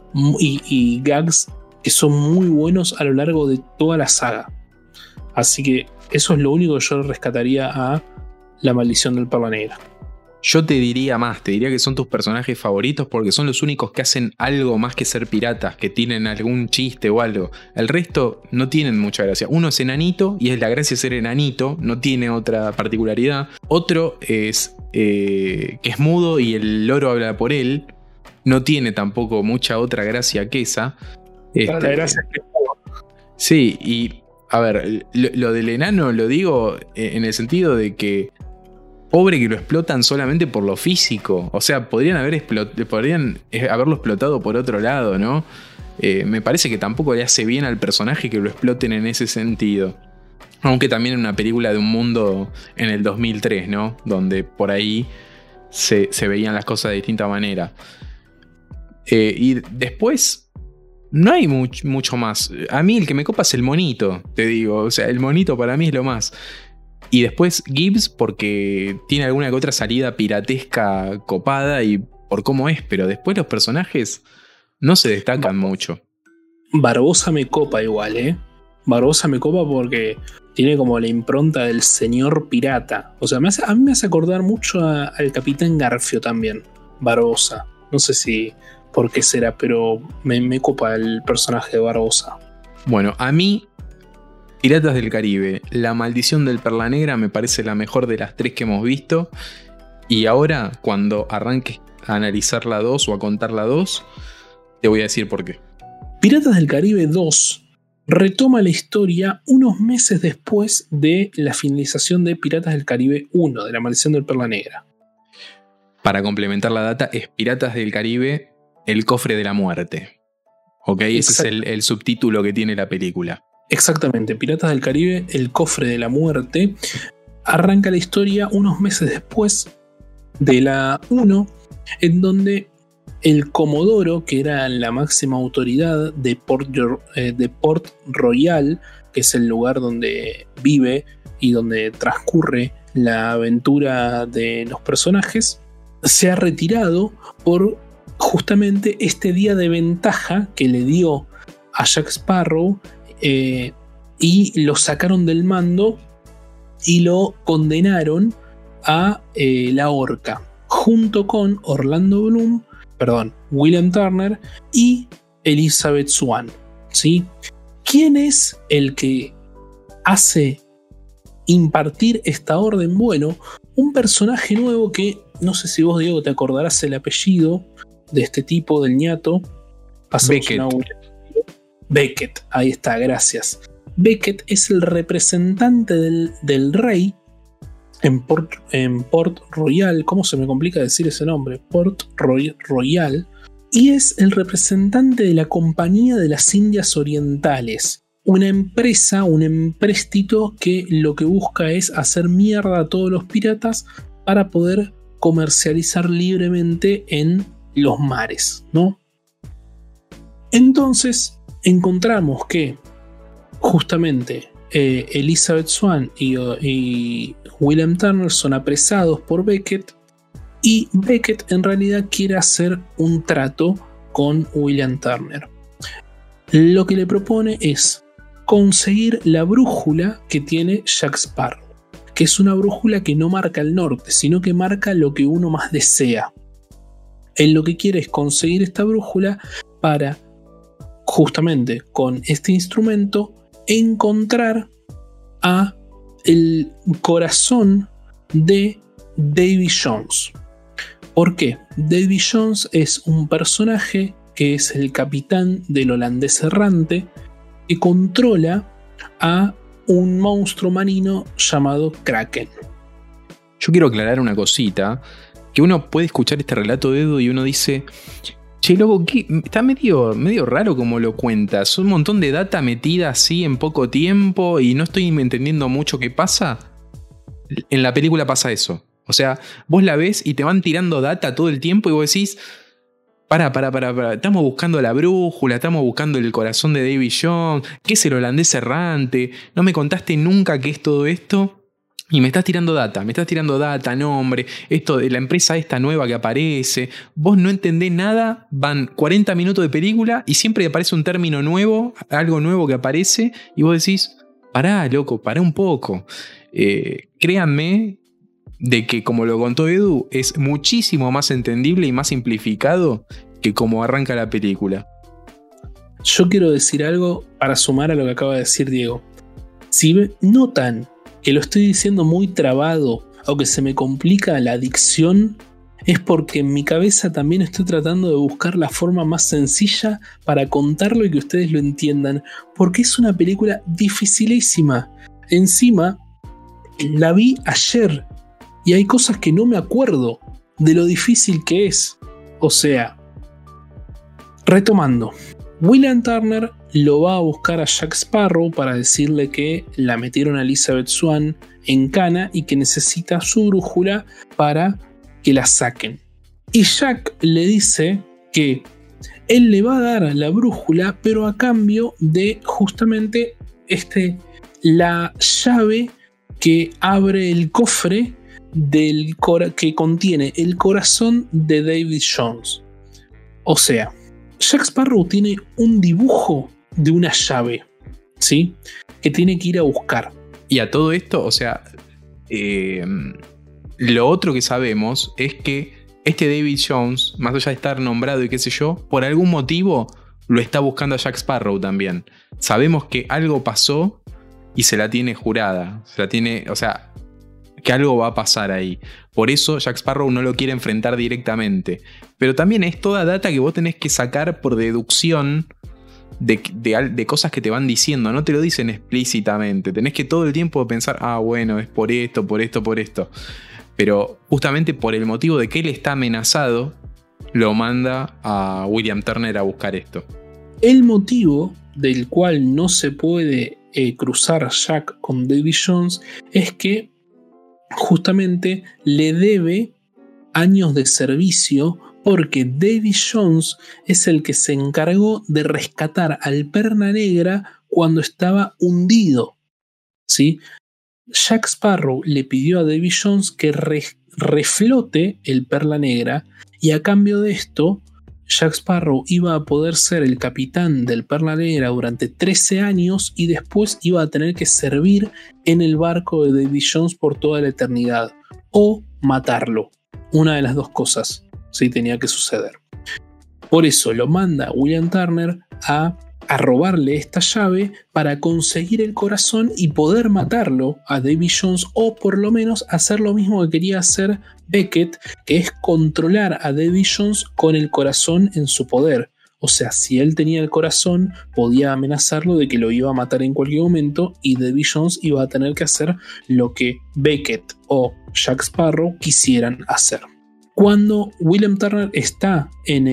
y gags que son muy buenos a lo largo de toda la saga. Así que eso es lo único que yo rescataría a La Maldición del Perla Negra. Yo te diría más, te diría que son tus personajes favoritos porque son los únicos que hacen algo más que ser piratas, que tienen algún chiste o algo. El resto no tienen mucha gracia. Uno es enanito y es la gracia de ser enanito, no tiene otra particularidad. Otro es que es mudo y el loro habla por él, no tiene tampoco mucha otra gracia que esa. La gracia es que... Sí, y a ver, lo del enano lo digo en el sentido de que pobre que lo explotan solamente por lo físico. O sea, podrían haberlo explotado por otro lado, ¿no? Me parece que tampoco le hace bien al personaje que lo exploten en ese sentido. Aunque también en una película de un mundo en el 2003, ¿no? Donde por ahí se veían las cosas de distinta manera. Y después no hay mucho más. A mí el que me copa es el monito, te digo. O sea, el monito para mí es lo más. Y después Gibbs porque tiene alguna que otra salida piratesca copada y por cómo es. Pero después los personajes no se destacan mucho. Barbosa me copa igual, Barbosa me copa porque tiene como la impronta del señor pirata. O sea, a mí me hace acordar mucho al Capitán Garfio también, Barbosa. No sé si por qué será, pero me copa el personaje de Barbosa. Bueno, a mí Piratas del Caribe, La Maldición del Perla Negra me parece la mejor de las tres que hemos visto. Y ahora, cuando arranques a analizar la 2 o a contar la 2, te voy a decir por qué. Piratas del Caribe 2 retoma la historia unos meses después de la finalización de Piratas del Caribe 1, de La Maldición del Perla Negra. Para complementar la data, es Piratas del Caribe, el cofre de la muerte. ¿Ok? Ese es el subtítulo que tiene la película. Exactamente, Piratas del Caribe, el cofre de la muerte. Arranca la historia unos meses después de la 1, en donde el Comodoro, que era la máxima autoridad de Port Royal, que es el lugar donde vive y donde transcurre la aventura de los personajes, se ha retirado por justamente este día de ventaja que le dio a Jack Sparrow, y lo sacaron del mando y lo condenaron a la horca junto con William Turner y Elizabeth Swann, ¿sí? ¿Quién es el que hace impartir esta orden? Bueno, un personaje nuevo que no sé si vos, Diego, te acordarás el apellido de este tipo, del ñato. Beckett, ahí está, gracias. Beckett es el representante del rey en Port Royal. ¿Cómo se me complica decir ese nombre? Port Royal. Y es el representante de la Compañía de las Indias Orientales. Una empresa, un empréstito que lo que busca es hacer mierda a todos los piratas para poder comercializar libremente en los mares, ¿no? Entonces encontramos que justamente Elizabeth Swann y William Turner son apresados por Beckett, y Beckett en realidad quiere hacer un trato con William Turner. Lo que le propone es conseguir la brújula que tiene Jack Sparrow, que es una brújula que no marca el norte, sino que marca lo que uno más desea. Él lo que quiere es conseguir esta brújula para, justamente con este instrumento, encontrar a el corazón de Davy Jones. ¿Por qué? Davy Jones es un personaje que es el capitán del holandés errante que controla a un monstruo marino llamado Kraken. Yo quiero aclarar una cosita, que uno puede escuchar este relato de Edu y uno dice: che, loco, está medio raro como lo cuentas. Un montón de data metida así en poco tiempo y no estoy entendiendo mucho qué pasa. En la película pasa eso. O sea, vos la ves y te van tirando data todo el tiempo y vos decís: para. Estamos buscando la brújula, estamos buscando el corazón de Davy Jones. ¿Qué es el holandés errante? No me contaste nunca qué es todo esto. Y me estás tirando data, nombre, esto de la empresa esta nueva que aparece. Vos no entendés nada, van 40 minutos de película y siempre aparece un término nuevo, algo nuevo que aparece, y vos decís, pará, loco, pará un poco. Créanme de que, como lo contó Edu, es muchísimo más entendible y más simplificado que como arranca la película. Yo quiero decir algo para sumar a lo que acaba de decir Diego. Si notan que lo estoy diciendo muy trabado o que se me complica la dicción, es porque en mi cabeza también estoy tratando de buscar la forma más sencilla para contarlo y que ustedes lo entiendan, porque es una película dificilísima. Encima, la vi ayer y hay cosas que no me acuerdo de lo difícil que es. O sea, retomando, William Turner lo va a buscar a Jack Sparrow para decirle que la metieron a Elizabeth Swann en cana y que necesita su brújula para que la saquen. Y Jack le dice que él le va a dar la brújula, pero a cambio de justamente la llave que abre el cofre que contiene el corazón de David Jones. O sea, Jack Sparrow tiene un dibujo de una llave, ¿sí? Que tiene que ir a buscar. Y a todo esto, o sea, lo otro que sabemos es que este David Jones, más allá de estar nombrado y qué sé yo, por algún motivo lo está buscando a Jack Sparrow también. Sabemos que algo pasó y se la tiene jurada. O sea, que algo va a pasar ahí. Por eso Jack Sparrow no lo quiere enfrentar directamente. Pero también es toda data que vos tenés que sacar por deducción de cosas que te van diciendo. No te lo dicen explícitamente. Tenés que todo el tiempo pensar, bueno, es por esto. Pero justamente por el motivo de que él está amenazado, lo manda a William Turner a buscar esto. El motivo del cual no se puede cruzar Jack con David Jones es que justamente le debe años de servicio, porque David Jones es el que se encargó de rescatar al Perla Negra cuando estaba hundido, ¿sí? Jack Sparrow le pidió a David Jones que reflote el Perla Negra, y a cambio de esto Jack Sparrow iba a poder ser el capitán del Perla Negra durante 13 años y después iba a tener que servir en el barco de David Jones por toda la eternidad o matarlo. Una de las dos cosas sí tenía que suceder. Por eso lo manda William Turner a robarle esta llave para conseguir el corazón y poder matarlo a David Jones, o por lo menos hacer lo mismo que quería hacer Beckett, que es controlar a David Jones con el corazón en su poder. O sea, si él tenía el corazón, podía amenazarlo de que lo iba a matar en cualquier momento y David Jones iba a tener que hacer lo que Beckett o Jack Sparrow quisieran hacer. Cuando William Turner está en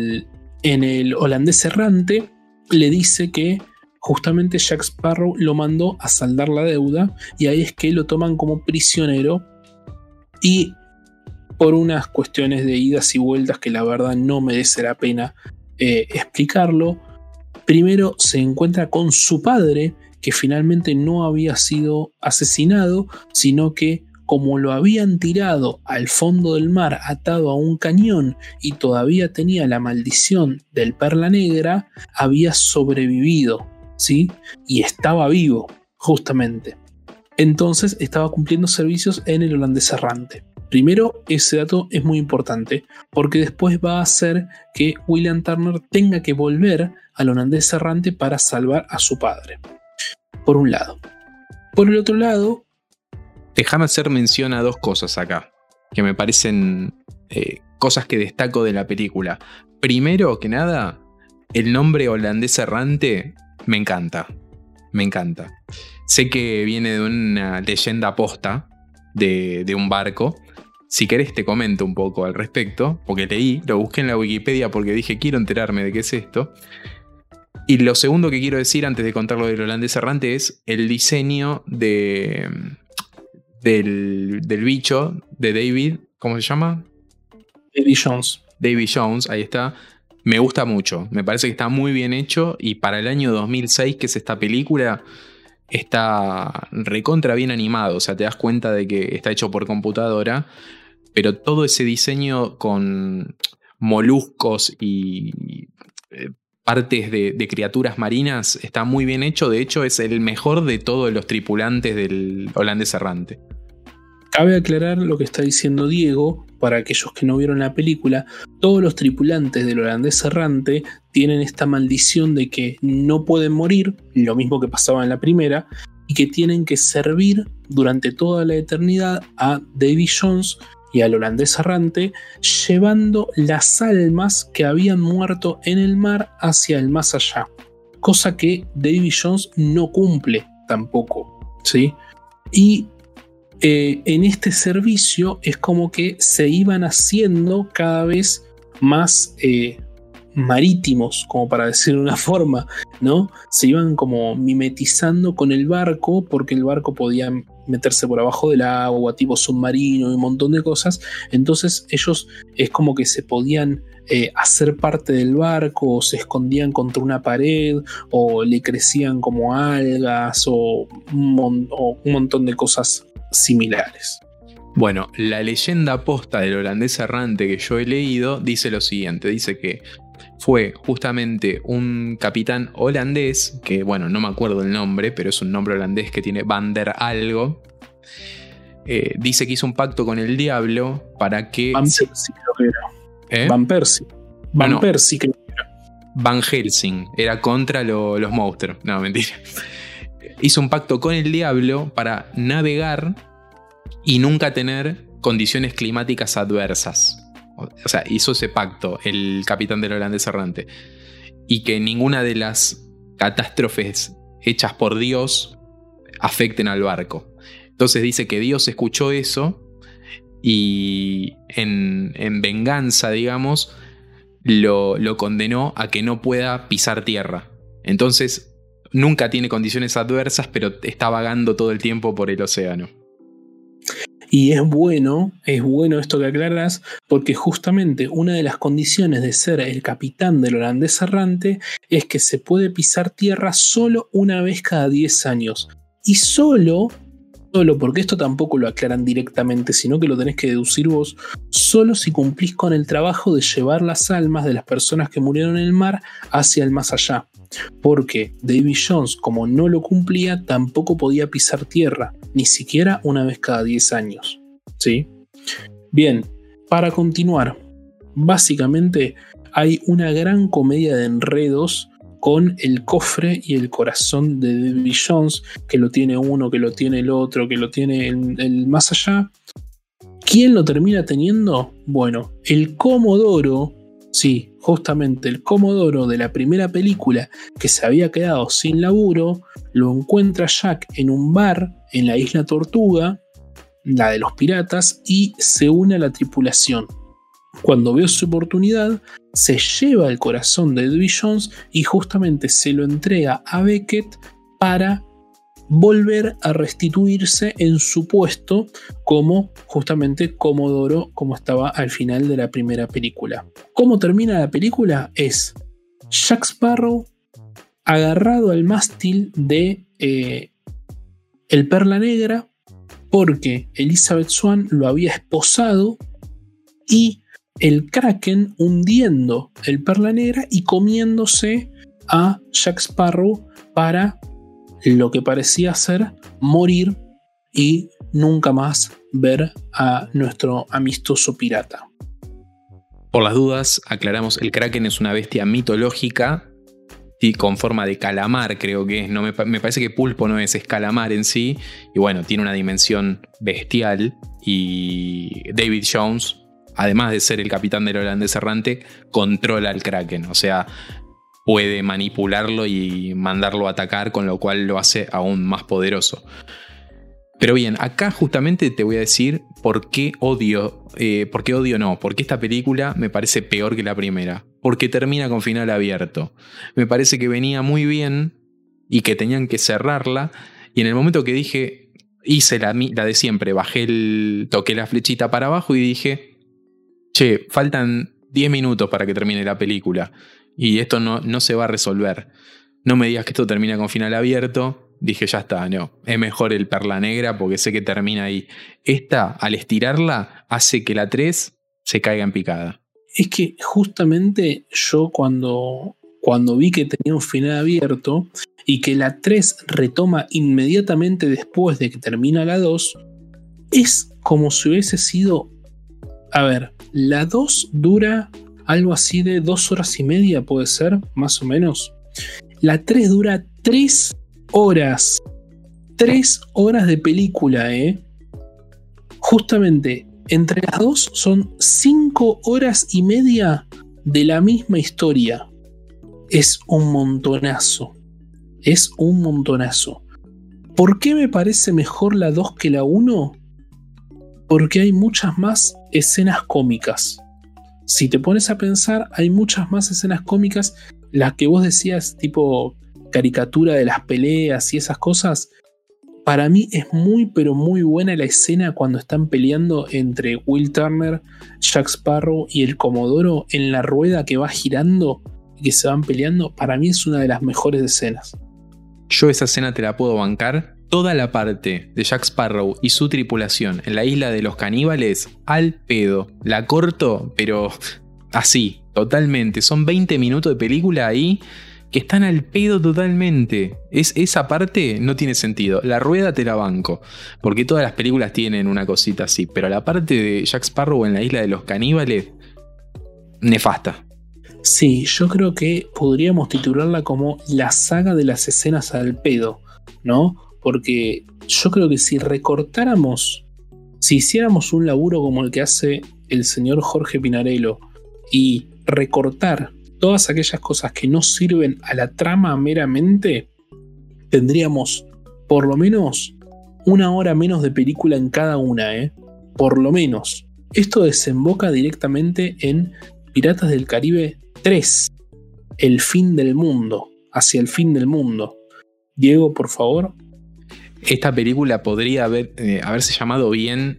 el holandés errante, le dice que justamente Jack Sparrow lo mandó a saldar la deuda, y ahí es que lo toman como prisionero, y por unas cuestiones de idas y vueltas que la verdad no merece la pena explicarlo, primero se encuentra con su padre, que finalmente no había sido asesinado, sino que como lo habían tirado al fondo del mar atado a un cañón y todavía tenía la maldición del Perla Negra, había sobrevivido, ¿sí? Y estaba vivo, justamente. Entonces estaba cumpliendo servicios en el holandés errante. Primero, ese dato es muy importante, porque después va a hacer que William Turner tenga que volver al holandés errante para salvar a su padre. Por un lado. Por el otro lado, déjame hacer mención a dos cosas acá, que me parecen cosas que destaco de la película. Primero que nada, el nombre holandés errante me encanta. Me encanta. Sé que viene de una leyenda posta de un barco. Si querés te comento un poco al respecto, porque lo busqué en la Wikipedia porque dije quiero enterarme de qué es esto. Y lo segundo que quiero decir antes de contar lo del holandés errante es el diseño del bicho de David, ¿cómo se llama? David Jones. David Jones, ahí está. Me gusta mucho, me parece que está muy bien hecho, y para el año 2006, que es esta película, está recontra bien animado, o sea, te das cuenta de que está hecho por computadora, pero todo ese diseño con moluscos y partes de criaturas marinas está muy bien hecho. De hecho, es el mejor de todos los tripulantes del Holandés Errante. Cabe aclarar lo que está diciendo Diego, para aquellos que no vieron la película. Todos los tripulantes del Holandés Errante tienen esta maldición de que no pueden morir, lo mismo que pasaba en la primera, y que tienen que servir durante toda la eternidad a Davy Jones y al Holandés Errante, llevando las almas que habían muerto en el mar hacia el más allá. Cosa que Davy Jones no cumple tampoco, ¿sí? Y en este servicio es como que se iban haciendo cada vez más marítimos, como para decir de una forma, ¿no? Se iban como mimetizando con el barco, porque el barco podía meterse por abajo del agua, tipo submarino y un montón de cosas. Entonces ellos es como que se podían hacer parte del barco, o se escondían contra una pared, o le crecían como algas, o un montón de cosas similares. Bueno, la leyenda posta del Holandés Errante que yo he leído dice lo siguiente, dice que fue justamente un capitán holandés, que bueno, no me acuerdo el nombre, pero es un nombre holandés que tiene Van der algo. Dice que hizo un pacto con el diablo para que... Van Persie creo que era. Van Persie. Van Persie creo que era. Van Helsing, era contra los monstruos. No, mentira. Hizo un pacto con el diablo para navegar y nunca tener condiciones climáticas adversas. O sea, hizo ese pacto el capitán del Holandés Errante. Y que ninguna de las catástrofes hechas por Dios afecten al barco. Entonces dice que Dios escuchó eso y en venganza, digamos, lo condenó a que no pueda pisar tierra. Entonces nunca tiene condiciones adversas, pero está vagando todo el tiempo por el océano. Y es bueno esto que aclaras, porque justamente una de las condiciones de ser el capitán del Holandés Errante es que se puede pisar tierra solo una vez cada 10 años. Y solo, porque esto tampoco lo aclaran directamente, sino que lo tenés que deducir vos, solo si cumplís con el trabajo de llevar las almas de las personas que murieron en el mar hacia el más allá. Porque Davy Jones, como no lo cumplía, tampoco podía pisar tierra, ni siquiera una vez cada 10 años. ¿Sí? Bien, para continuar, básicamente hay una gran comedia de enredos con el cofre y el corazón de Davy Jones, que lo tiene uno, que lo tiene el otro, que lo tiene el más allá. ¿Quién lo termina teniendo? Bueno, el Comodoro. Sí, justamente el Comodoro de la primera película, que se había quedado sin laburo, lo encuentra Jack en un bar en la isla Tortuga, la de los piratas, y se une a la tripulación. Cuando ve su oportunidad, se lleva el corazón de Davy Jones y justamente se lo entrega a Beckett para volver a restituirse en su puesto como justamente Comodoro, como estaba al final de la primera película. ¿Cómo termina la película? Es Jack Sparrow agarrado al mástil de el Perla Negra, porque Elizabeth Swann lo había esposado, y el Kraken hundiendo el Perla Negra y comiéndose a Jack Sparrow para lo que parecía ser morir y nunca más ver a nuestro amistoso pirata. Por las dudas, aclaramos, el Kraken es una bestia mitológica y con forma de calamar, creo que es. No, me parece que pulpo no es calamar en sí. Y bueno, tiene una dimensión bestial. Y David Jones, además de ser el capitán del Holandés Errante, controla al Kraken. O sea, puede manipularlo y mandarlo a atacar, con lo cual lo hace aún más poderoso. Pero bien, acá justamente te voy a decir por qué odio porque esta película me parece peor que la primera. Porque termina con final abierto. Me parece que venía muy bien y que tenían que cerrarla. Y en el momento que dije, hice la de siempre, toqué la flechita para abajo y dije, che, faltan 10 minutos para que termine la película. Y esto no se va a resolver. No me digas que esto termina con final abierto. dije, ya está, no, es mejor el Perla Negra porque sé que termina ahí. Esta, al estirarla, hace que la 3 se caiga en picada. Es que justamente yo cuando vi que tenía un final abierto y que la 3 retoma inmediatamente después de que termina la 2, es como si hubiese sido... A ver, la 2 dura algo así de 2 horas y media, puede ser, más o menos. La 3 dura 3 horas. 3 horas de película, Justamente, entre las dos son 5 horas y media de la misma historia. Es un montonazo. Es un montonazo. ¿Por qué me parece mejor la 2 que la 1? Porque hay muchas más escenas cómicas. Si te pones a pensar, hay muchas más escenas cómicas. Las que vos decías, tipo caricatura de las peleas y esas cosas. Para mí es muy pero muy buena la escena cuando están peleando entre Will Turner, Jack Sparrow y el Comodoro en la rueda que va girando y que se van peleando. Para mí es una de las mejores escenas. Yo esa escena te la puedo bancar. Toda la parte de Jack Sparrow y su tripulación en la isla de los caníbales, al pedo. La corto, pero así, totalmente. Son 20 minutos de película ahí que están al pedo totalmente. Esa parte no tiene sentido. La rueda te la banco, porque todas las películas tienen una cosita así. Pero la parte de Jack Sparrow en la isla de los caníbales, nefasta. Sí, yo creo que podríamos titularla como la saga de las escenas al pedo, ¿no? Porque yo creo que si recortáramos, si hiciéramos un laburo como el que hace el señor Jorge Pinarello y recortar todas aquellas cosas que no sirven a la trama meramente, tendríamos por lo menos 1 hora menos de película en cada una, por lo menos. Esto desemboca directamente en Piratas del Caribe 3, el fin del mundo, hacia el fin del mundo. Diego, por favor. Esta película podría haberse llamado bien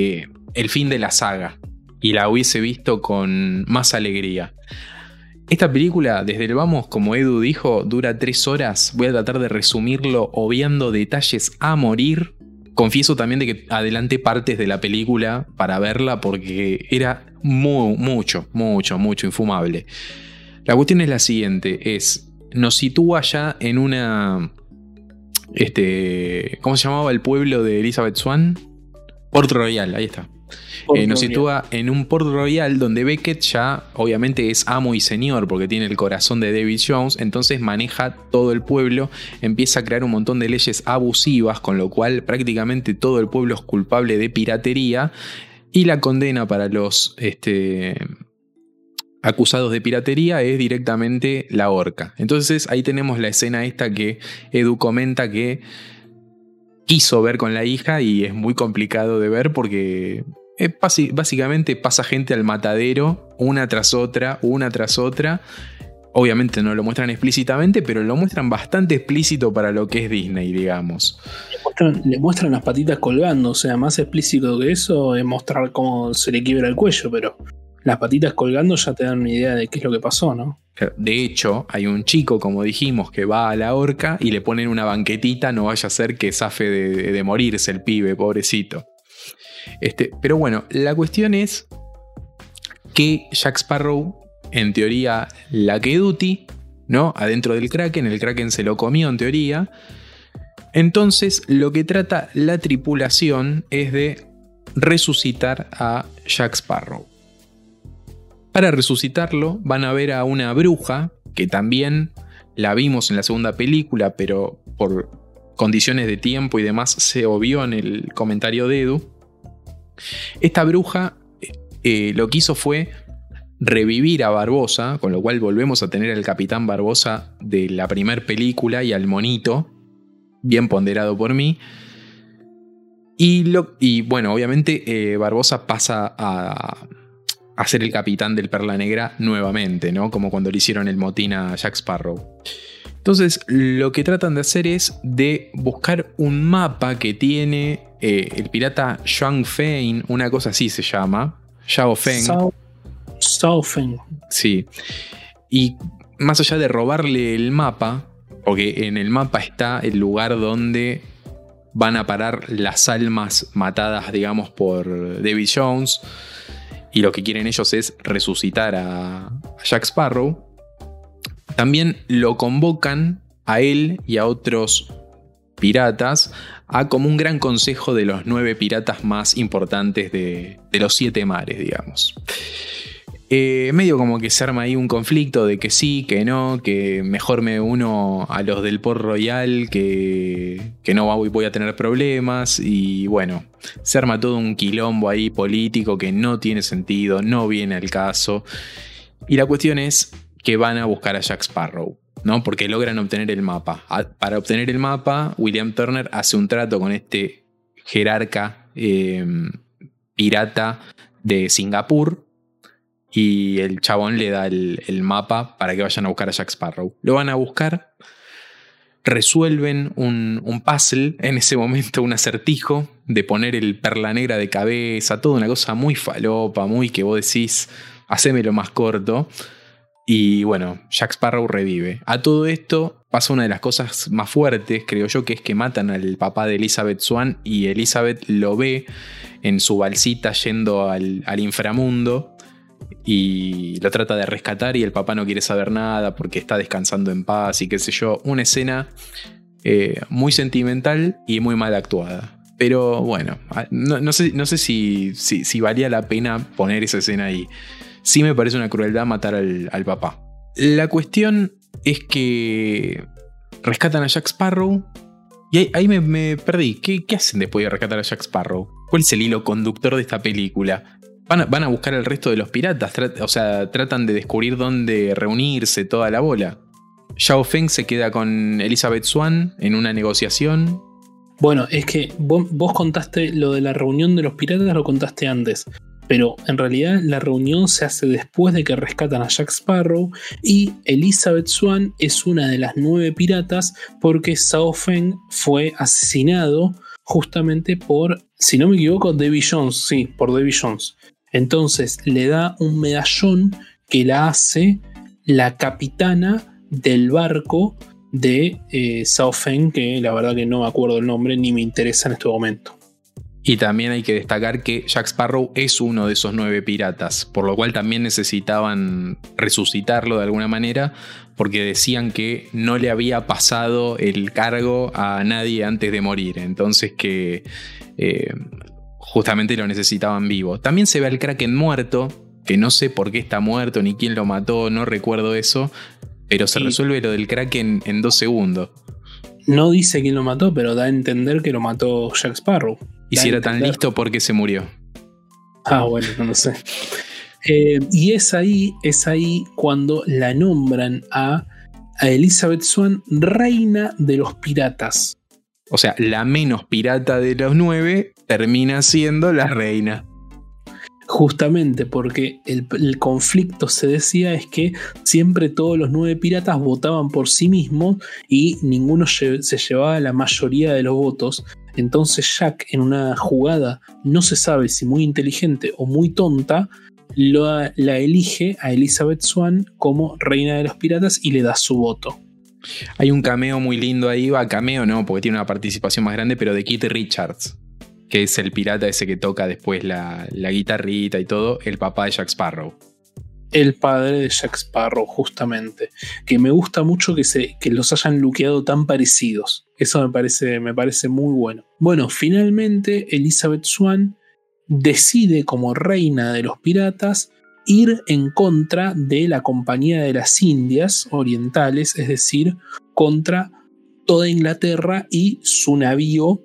El fin de la saga y la hubiese visto con más alegría. Esta película, desde el vamos, como Edu dijo, dura 3 horas. Voy a tratar de resumirlo obviando detalles a morir. Confieso también de que adelanté partes de la película para verla porque era mucho infumable. La cuestión es la siguiente, nos sitúa ya en una... ¿cómo se llamaba el pueblo de Elizabeth Swann? Port Royal, ahí está. Nos sitúa en un Port Royal donde Beckett ya obviamente es amo y señor porque tiene el corazón de David Jones, entonces maneja todo el pueblo, empieza a crear un montón de leyes abusivas, con lo cual prácticamente todo el pueblo es culpable de piratería y la condena para los acusados de piratería es directamente la horca. Entonces ahí tenemos la escena esta que Edu comenta que quiso ver con la hija y es muy complicado de ver porque básicamente pasa gente al matadero una tras otra. Obviamente no lo muestran explícitamente, pero lo muestran bastante explícito para lo que es Disney, digamos. Le muestran las patitas colgando, o sea, más explícito que eso es mostrar cómo se le quiebra el cuello, pero las patitas colgando ya te dan una idea de qué es lo que pasó, ¿no? De hecho, hay un chico, como dijimos, que va a la horca y le ponen una banquetita, no vaya a ser que zafe de morirse el pibe, pobrecito. Pero bueno, la cuestión es que Jack Sparrow, en teoría, la que Duty, ¿no? Adentro del Kraken, el Kraken se lo comió en teoría. Entonces, lo que trata la tripulación es de resucitar a Jack Sparrow. Para resucitarlo van a ver a una bruja, que también la vimos en la segunda película, pero por condiciones de tiempo y demás se obvió en el comentario de Edu. Esta bruja lo que hizo fue revivir a Barbosa, con lo cual volvemos a tener al Capitán Barbosa de la primera película y al monito, bien ponderado por mí. Y bueno, obviamente Barbosa pasa a ser el capitán del Perla Negra nuevamente, ¿no? Como cuando le hicieron el motín a Jack Sparrow. Entonces, lo que tratan de hacer es de buscar un mapa que tiene el pirata Zhao Feng, una cosa así se llama. Zhao Feng. Zhao Feng. Sí. Y más allá de robarle el mapa, Porque en el mapa está el lugar donde van a parar las almas matadas, digamos, por Davy Jones. Y lo que quieren ellos es resucitar a Jack Sparrow. También lo convocan a él y a otros piratas a como un gran consejo de los 9 piratas más importantes de los 7 mares, digamos. Medio como que se arma ahí un conflicto de que sí, que no, que mejor me uno a los del Port Royal, que no voy a tener problemas. Y bueno, se arma todo un quilombo ahí político que no tiene sentido, no viene al caso. Y la cuestión es que van a buscar a Jack Sparrow, ¿no? Porque logran obtener el mapa. Para obtener el mapa, William Turner hace un trato con este jerarca pirata de Singapur. Y el chabón le da el mapa para que vayan a buscar a Jack Sparrow. Lo van a buscar, resuelven un puzzle, en ese momento un acertijo, de poner el perla negra de cabeza, toda una cosa muy falopa, muy que vos decís, hacémelo más corto. Y bueno, Jack Sparrow revive. A todo esto pasa una de las cosas más fuertes, creo yo, que es que matan al papá de Elizabeth Swann y Elizabeth lo ve en su balsita yendo al inframundo. Y lo trata de rescatar y el papá no quiere saber nada porque está descansando en paz y qué sé yo. Una escena muy sentimental y muy mal actuada. Pero bueno, no sé si valía la pena poner esa escena ahí. Sí me parece una crueldad matar al papá. La cuestión es que rescatan a Jack Sparrow y ahí me perdí. ¿Qué hacen después de rescatar a Jack Sparrow? ¿Cuál es el hilo conductor de esta película? Van a buscar al resto de los piratas, tratan de descubrir dónde reunirse, toda la bola. Xiao Feng se queda con Elizabeth Swann en una negociación. Bueno, es que vos contaste lo de la reunión de los piratas, lo contaste antes. Pero en realidad la reunión se hace después de que rescatan a Jack Sparrow. Y Elizabeth Swann es una de las 9 piratas porque Xiao Feng fue asesinado justamente por, si no me equivoco, Davy Jones. Sí, por Davy Jones. Entonces le da un medallón que la hace la capitana del barco de Xiao Feng, que la verdad que no me acuerdo el nombre ni me interesa en este momento. Y también hay que destacar que Jack Sparrow es uno de esos 9 piratas, por lo cual también necesitaban resucitarlo de alguna manera, porque decían que no le había pasado el cargo a nadie antes de morir. Entonces que justamente lo necesitaban vivo. También se ve al Kraken muerto, que no sé por qué está muerto ni quién lo mató, no recuerdo eso, pero se resuelve lo del Kraken en 2 segundos. No dice quién lo mató, pero da a entender que lo mató Jack Sparrow. Y si era tan listo, ¿por qué se murió? Ah, bueno, no lo sé. Y es ahí cuando la nombran a Elizabeth Swann reina de los piratas. O sea, la menos pirata de los 9 termina siendo la reina. Justamente porque el conflicto, se decía, es que siempre todos los 9 piratas votaban por sí mismos y ninguno se llevaba la mayoría de los votos. Entonces Jack, en una jugada, no se sabe si muy inteligente o muy tonta, la elige a Elizabeth Swann como reina de los piratas y le da su voto. Hay un cameo muy lindo ahí, cameo no, porque tiene una participación más grande, pero de Keith Richards, que es el pirata ese que toca después la guitarrita y todo, el papá de Jack Sparrow. El padre de Jack Sparrow, justamente. Que me gusta mucho que los hayan luqueado tan parecidos. Eso me parece muy bueno. Bueno, finalmente Elizabeth Swann decide, como reina de los piratas, ir en contra de la Compañía de las Indias Orientales, es decir, contra toda Inglaterra y su navío,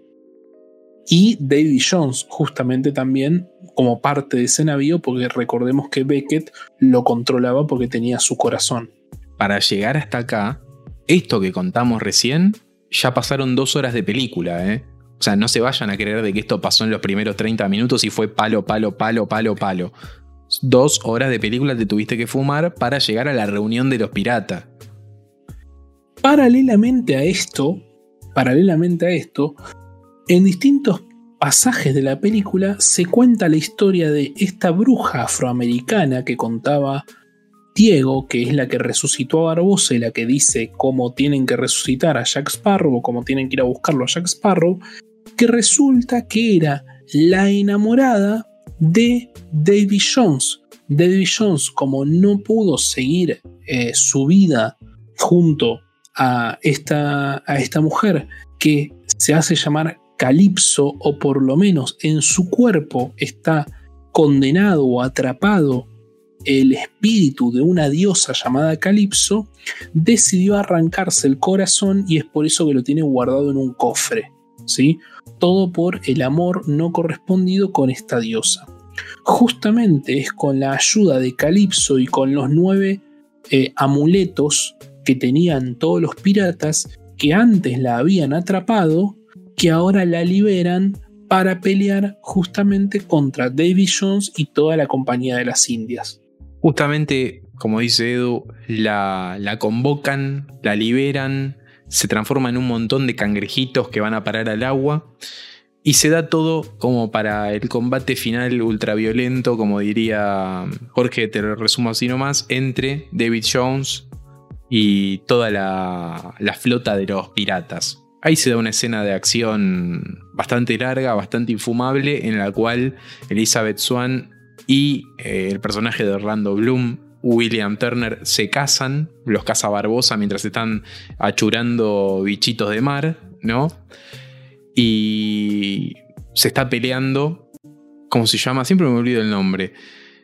y Davy Jones justamente también como parte de ese navío, porque recordemos que Beckett lo controlaba porque tenía su corazón. Para llegar hasta acá, esto que contamos recién, ya pasaron 2 horas de película, ¿eh? O sea, no se vayan a creer de que esto pasó en los primeros 30 minutos y fue palo. 2 horas de película te tuviste que fumar para llegar a la reunión de los piratas. Paralelamente a esto, en distintos pasajes de la película se cuenta la historia de esta bruja afroamericana que contaba Diego, que es la que resucitó a Barbosa y la que dice cómo tienen que resucitar a Jack Sparrow o cómo tienen que ir a buscarlo a Jack Sparrow, que resulta que era la enamorada de Davy Jones. Davy Jones, como no pudo seguir su vida junto a esta mujer que se hace llamar Calipso, o por lo menos en su cuerpo está condenado o atrapado el espíritu de una diosa llamada Calipso, decidió arrancarse el corazón y es por eso que lo tiene guardado en un cofre, ¿sí? Todo por el amor no correspondido con esta diosa. Justamente es con la ayuda de Calipso y con los 9 amuletos que tenían todos los piratas que antes la habían atrapado, que ahora la liberan para pelear justamente contra Davy Jones y toda la Compañía de las Indias. Justamente, como dice Edu, la convocan, la liberan, se transforma en un montón de cangrejitos que van a parar al agua y se da todo como para el combate final ultraviolento, como diría Jorge, te lo resumo así nomás, entre Davy Jones y toda la flota de los piratas. Ahí se da una escena de acción bastante larga, bastante infumable, en la cual Elizabeth Swann y el personaje de Orlando Bloom, William Turner, se casan, los caza Barbosa mientras están achurando bichitos de mar, ¿no? Y se está peleando, ¿cómo se llama? Siempre me olvido el nombre.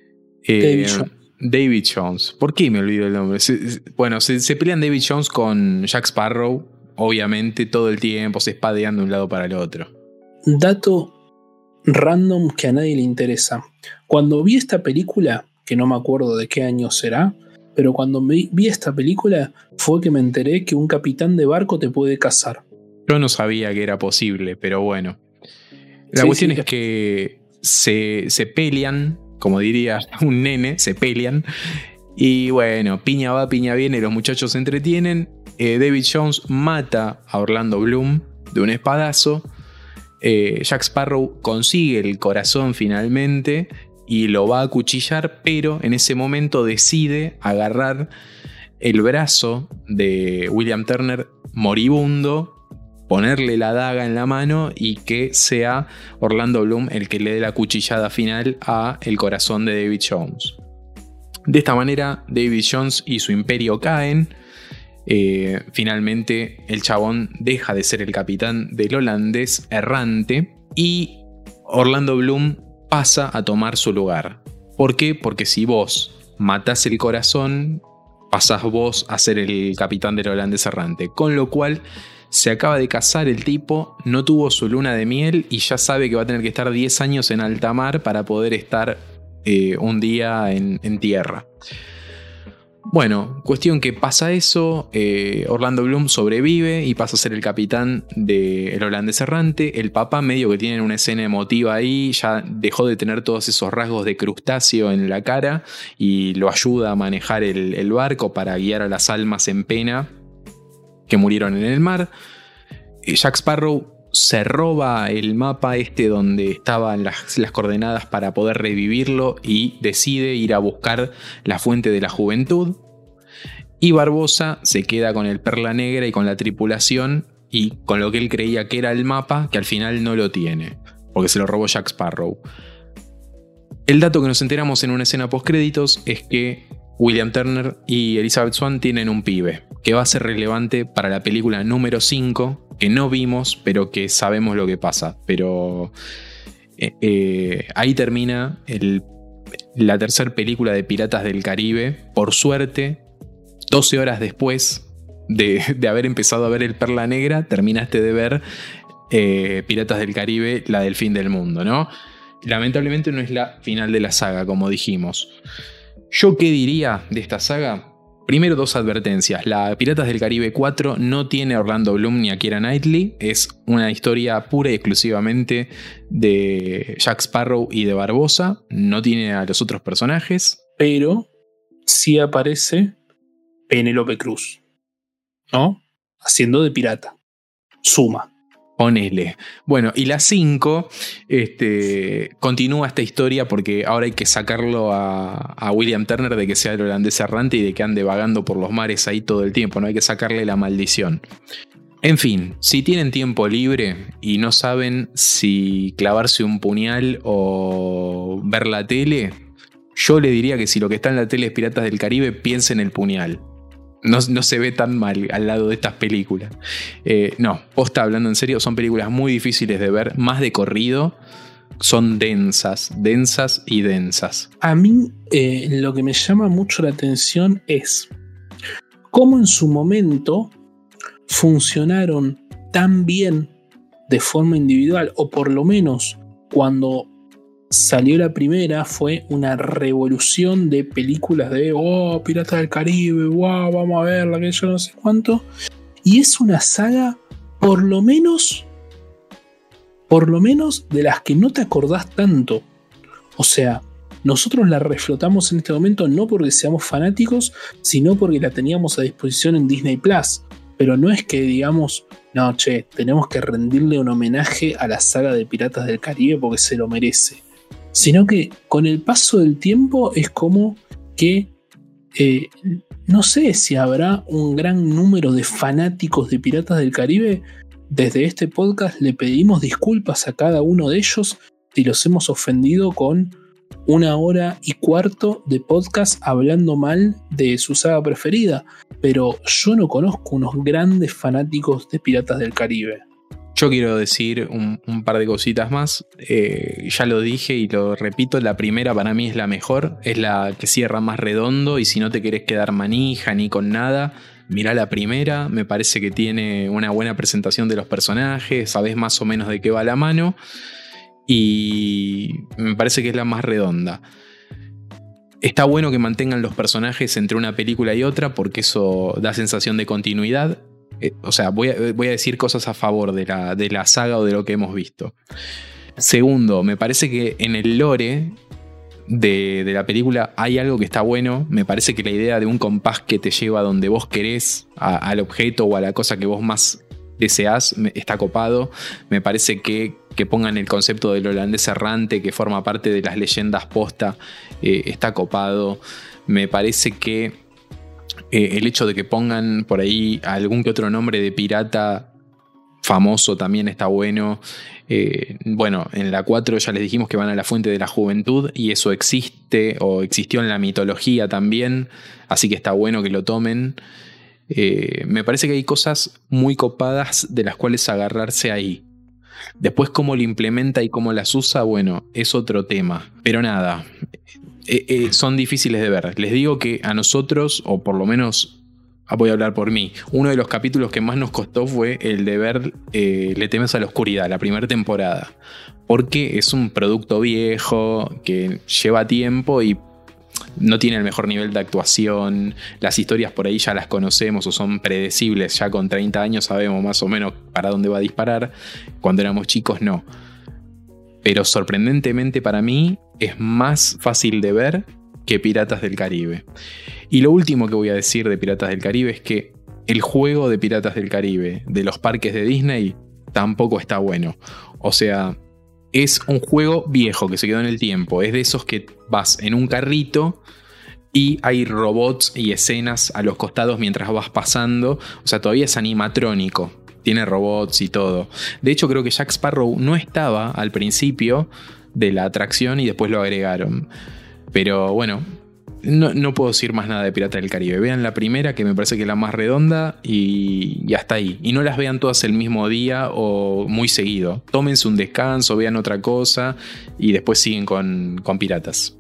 Davy Jones. ¿Por qué me olvido el nombre? Se pelean Davy Jones con Jack Sparrow, obviamente todo el tiempo, se espadeando de un lado para el otro. Dato random que a nadie le interesa. Cuando vi esta película, que no me acuerdo de qué año será, pero cuando vi esta película fue que me enteré que un capitán de barco te puede cazar. Yo no sabía que era posible, pero bueno. La cuestión es que se pelean, como diría un nene, se pelean. Y bueno, piña va, piña viene, los muchachos se entretienen. Davy Jones mata a Orlando Bloom de un espadazo. Jack Sparrow consigue el corazón finalmente y lo va a acuchillar, pero en ese momento decide agarrar el brazo de William Turner moribundo, ponerle la daga en la mano y que sea Orlando Bloom el que le dé la cuchillada final a el corazón de Davy Jones. De esta manera Davy Jones y su imperio caen. Finalmente el chabón deja de ser el capitán del holandés errante y Orlando Bloom pasa a tomar su lugar. ¿Por qué? Porque si vos matás el corazón, pasás vos a ser el capitán del holandés errante. Con lo cual se acaba de casar el tipo, no tuvo su luna de miel y ya sabe que va a tener que estar 10 años en alta mar para poder estar un día en tierra. Bueno, cuestión que pasa eso, Orlando Bloom sobrevive y pasa a ser el capitán del holandés errante. El papá medio que tiene una escena emotiva ahí, ya dejó de tener todos esos rasgos de crustáceo en la cara y lo ayuda a manejar el barco para guiar a las almas en pena que murieron en el mar. Jack Sparrow se roba el mapa donde estaban las coordenadas para poder revivirlo y decide ir a buscar la fuente de la juventud. Y Barbosa se queda con el Perla Negra y con la tripulación y con lo que él creía que era el mapa, que al final no lo tiene, porque se lo robó Jack Sparrow. El dato que nos enteramos en una escena postcréditos es que William Turner y Elizabeth Swann tienen un pibe, que va a ser relevante para la película número 5, que no vimos, pero que sabemos lo que pasa. Pero ahí termina la tercera película de Piratas del Caribe. Por suerte, 12 horas después de haber empezado a ver el Perla Negra, terminaste de ver Piratas del Caribe, la del fin del mundo, ¿no? Lamentablemente no es la final de la saga, como dijimos. ¿Yo qué diría de esta saga? Primero, 2 advertencias. La Piratas del Caribe 4 no tiene a Orlando Bloom ni a Keira Knightley. Es una historia pura y exclusivamente de Jack Sparrow y de Barbosa. No tiene a los otros personajes. Pero sí aparece Penélope Cruz, ¿no? Haciendo de pirata. Suma. Ponele. Bueno, y la 5 continúa esta historia porque ahora hay que sacarlo a William Turner de que sea el holandés errante y de que ande vagando por los mares ahí todo el tiempo, no hay que sacarle la maldición. En fin, si tienen tiempo libre y no saben si clavarse un puñal o ver la tele, yo le diría que si lo que está en la tele es Piratas del Caribe, piensen en el puñal. No se ve tan mal al lado de estas películas. No, posta, hablando en serio, son películas muy difíciles de ver, más de corrido. Son densas y densas. A mí lo que me llama mucho la atención es cómo en su momento funcionaron tan bien de forma individual, o por lo menos cuando salió la primera fue una revolución de películas de Piratas del Caribe, vamos a verla, que yo no sé cuánto, y es una saga por lo menos de las que no te acordás tanto. O sea, nosotros la reflotamos en este momento no porque seamos fanáticos, sino porque la teníamos a disposición en Disney Plus. Pero no es que digamos, no, tenemos que rendirle un homenaje a la saga de Piratas del Caribe porque se lo merece. Sino que con el paso del tiempo es como que no sé si habrá un gran número de fanáticos de Piratas del Caribe. Desde este podcast le pedimos disculpas a cada uno de ellos si los hemos ofendido con 1 hora y cuarto de podcast hablando mal de su saga preferida, pero yo no conozco unos grandes fanáticos de Piratas del Caribe. Yo quiero decir un par de cositas más. Ya lo dije y lo repito, la primera para mí es la mejor, es la que cierra más redondo, y si no te querés quedar manija ni con nada, mirá la primera. Me parece que tiene una buena presentación de los personajes, sabés más o menos de qué va la mano, y me parece que es la más redonda. Está bueno que mantengan los personajes entre una película y otra porque eso da sensación de continuidad. O sea, voy a decir cosas a favor de la saga o de lo que hemos visto. Segundo, me parece que en el lore de la película hay algo que está bueno. Me parece que la idea de un compás que te lleva a donde vos querés, al objeto o a la cosa que vos más deseás, está copado. Me parece que pongan el concepto del holandés errante que forma parte de las leyendas posta, está copado. Me parece que el hecho de que pongan por ahí algún que otro nombre de pirata famoso también está bueno. Bueno, en la 4 ya les dijimos que van a la fuente de la juventud y eso existe o existió en la mitología también, así que está bueno que lo tomen. Me parece que hay cosas muy copadas de las cuales agarrarse ahí. Después cómo lo implementa y cómo las usa, bueno, es otro tema. Pero nada, son difíciles de ver. Les digo que a nosotros, o por lo menos voy a hablar por mí, uno de los capítulos que más nos costó fue el de ver Le temes a la oscuridad, la primera temporada. Porque es un producto viejo que lleva tiempo y no tiene el mejor nivel de actuación. Las historias por ahí ya las conocemos o son predecibles. Ya con 30 años sabemos más o menos para dónde va a disparar. Cuando éramos chicos no. Pero sorprendentemente para mí es más fácil de ver que Piratas del Caribe. Y lo último que voy a decir de Piratas del Caribe es que el juego de Piratas del Caribe de los parques de Disney tampoco está bueno. O sea, es un juego viejo que se quedó en el tiempo. Es de esos que vas en un carrito y hay robots y escenas a los costados mientras vas pasando. O sea, todavía es animatrónico. Tiene robots y todo. De hecho, creo que Jack Sparrow no estaba al principio de la atracción y después lo agregaron. Pero bueno, no puedo decir más nada de Piratas del Caribe. Vean la primera, que me parece que es la más redonda, y hasta ahí. Y no las vean todas el mismo día o muy seguido. Tómense un descanso, vean otra cosa y después siguen con Piratas.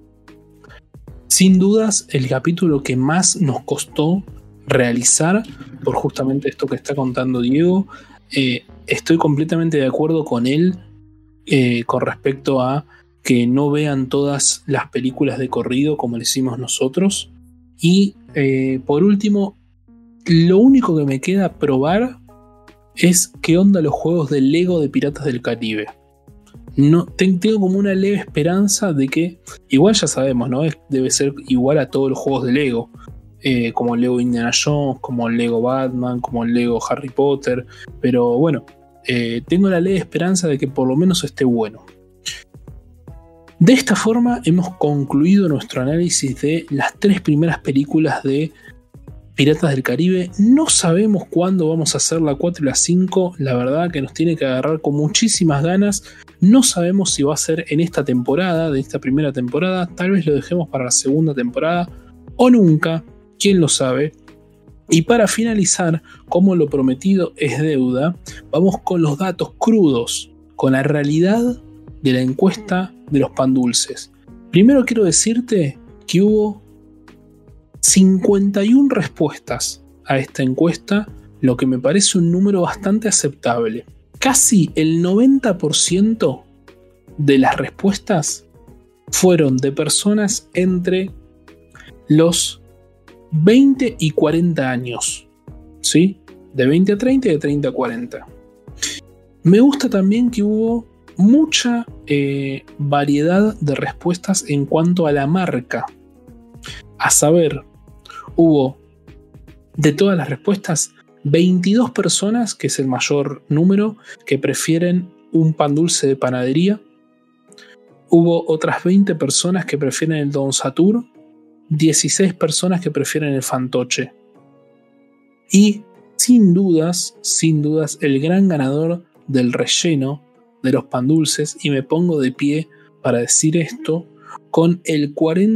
Sin dudas, el capítulo que más nos costó realizar, por justamente esto que está contando Diego, estoy completamente de acuerdo con él con respecto a que no vean todas las películas de corrido como le hicimos nosotros. Y por último, lo único que me queda probar es qué onda los juegos de Lego de Piratas del Caribe. No, tengo como una leve esperanza de que, igual ya sabemos, ¿no? Debe ser igual a todos los juegos de Lego, como el Lego Indiana Jones, como el Lego Batman, como el Lego Harry Potter, pero bueno, tengo la leve esperanza de que por lo menos esté bueno. De esta forma hemos concluido nuestro análisis de las 3 primeras películas de Piratas del Caribe. No sabemos cuándo vamos a hacer la 4 y la 5, la verdad que nos tiene que agarrar con muchísimas ganas. No sabemos si va a ser en esta temporada, de esta primera temporada, tal vez lo dejemos para la segunda temporada o nunca, quién lo sabe. Y para finalizar, como lo prometido es deuda, vamos con los datos crudos, con la realidad de la encuesta de los pan dulces. Primero quiero decirte que hubo 51 respuestas a esta encuesta, lo que me parece un número bastante aceptable. Casi el 90% de las respuestas fueron de personas entre los 20 y 40 años, ¿sí? De 20 a 30 y de 30 a 40. Me gusta también que hubo mucha variedad de respuestas en cuanto a la marca. A saber, hubo de todas las respuestas 22 personas, que es el mayor número, que prefieren un pan dulce de panadería. Hubo otras 20 personas que prefieren el Don Satur, 16 personas que prefieren el fantoche. Y sin dudas, el gran ganador del relleno de los pan dulces, y me pongo de pie para decir esto, con el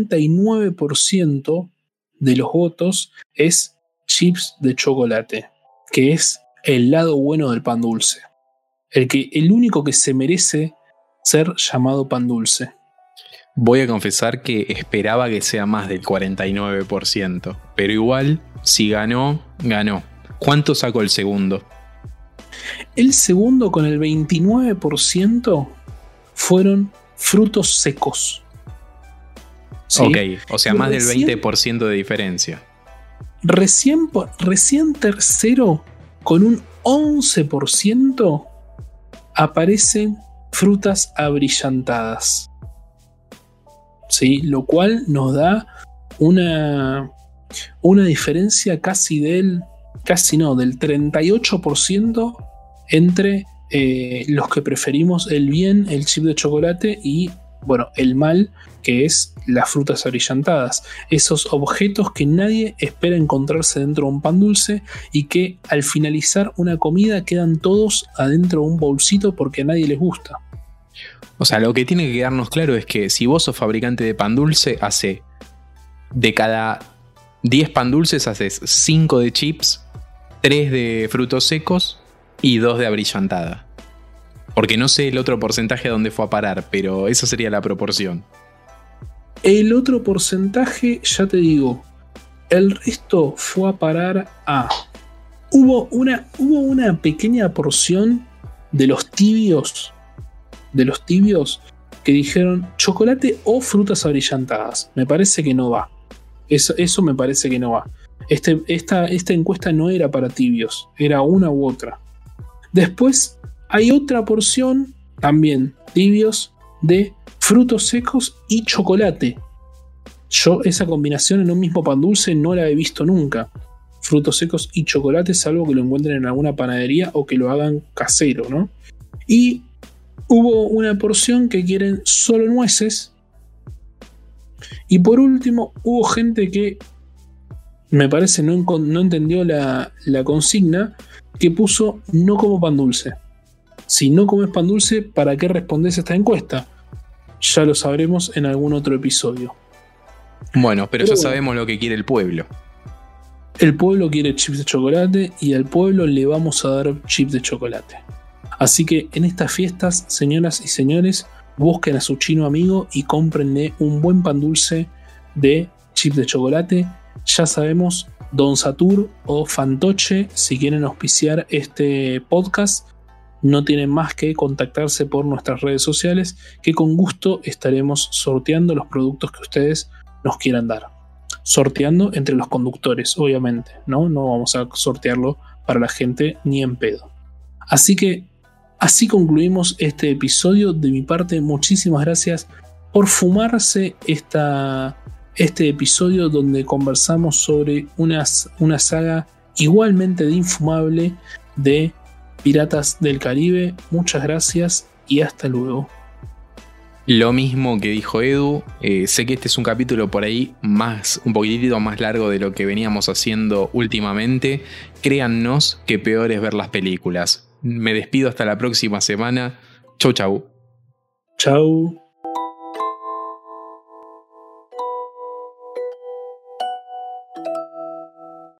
49% de los votos, es chips de chocolate, que es el lado bueno del pan dulce. El único que se merece ser llamado pan dulce. Voy a confesar que esperaba que sea más del 49%, pero igual, si ganó, ganó. ¿Cuánto sacó el segundo? El segundo, con el 29%, fueron frutos secos. ¿Sí? Ok, o sea, más del 20% de diferencia. Recién tercero, con un 11%, aparecen frutas abrillantadas. ¿Sí? Lo cual nos da una diferencia del 38% entre los que preferimos el bien, el chip de chocolate, y bueno, el mal, que es las frutas abrillantadas. Esos objetos que nadie espera encontrarse dentro de un pan dulce y que al finalizar una comida quedan todos adentro de un bolsito porque a nadie les gusta. O sea, lo que tiene que quedarnos claro es que si vos sos fabricante de pan dulce, de cada 10 pan dulces haces 5 de chips, 3 de frutos secos y 2 de abrillantada. Porque no sé el otro porcentaje a dónde fue a parar, pero esa sería la proporción. El otro porcentaje, ya te digo, el resto fue a parar a... Hubo una pequeña porción de los tibios que dijeron chocolate o frutas abrillantadas. Me parece que no va. Eso me parece que no va. Esta encuesta no era para tibios, era una u otra. Después hay otra porción, también tibios, de frutos secos y chocolate. Yo esa combinación en un mismo pan dulce no la he visto nunca. Frutos secos y chocolate, salvo que lo encuentren en alguna panadería o que lo hagan casero, ¿no? Y hubo una porción que quieren solo nueces. Y por último, hubo gente que me parece no entendió la consigna, que puso no como pan dulce. Si no comes pan dulce, ¿para qué respondes a esta encuesta? Ya lo sabremos en algún otro episodio. Bueno, pero ya sabemos lo que quiere el pueblo. El pueblo quiere chips de chocolate y al pueblo le vamos a dar chips de chocolate. Así que en estas fiestas, señoras y señores, busquen a su chino amigo y cómprenle un buen pan dulce de chips de chocolate. Ya sabemos, Don Satur o Fantoche, si quieren auspiciar este podcast, no tienen más que contactarse por nuestras redes sociales, que con gusto estaremos sorteando los productos que ustedes nos quieran dar. Sorteando entre los conductores, obviamente, ¿no? No vamos a sortearlo para la gente ni en pedo. Así que así concluimos este episodio. De mi parte, muchísimas gracias por fumarse este episodio donde conversamos sobre una saga igualmente de infumable de Piratas del Caribe, muchas gracias y hasta luego. Lo mismo que dijo Edu, sé que este es un capítulo por ahí un poquitito más largo de lo que veníamos haciendo últimamente. Créannos que peor es ver las películas. Me despido hasta la próxima semana. Chau, chau. Chau.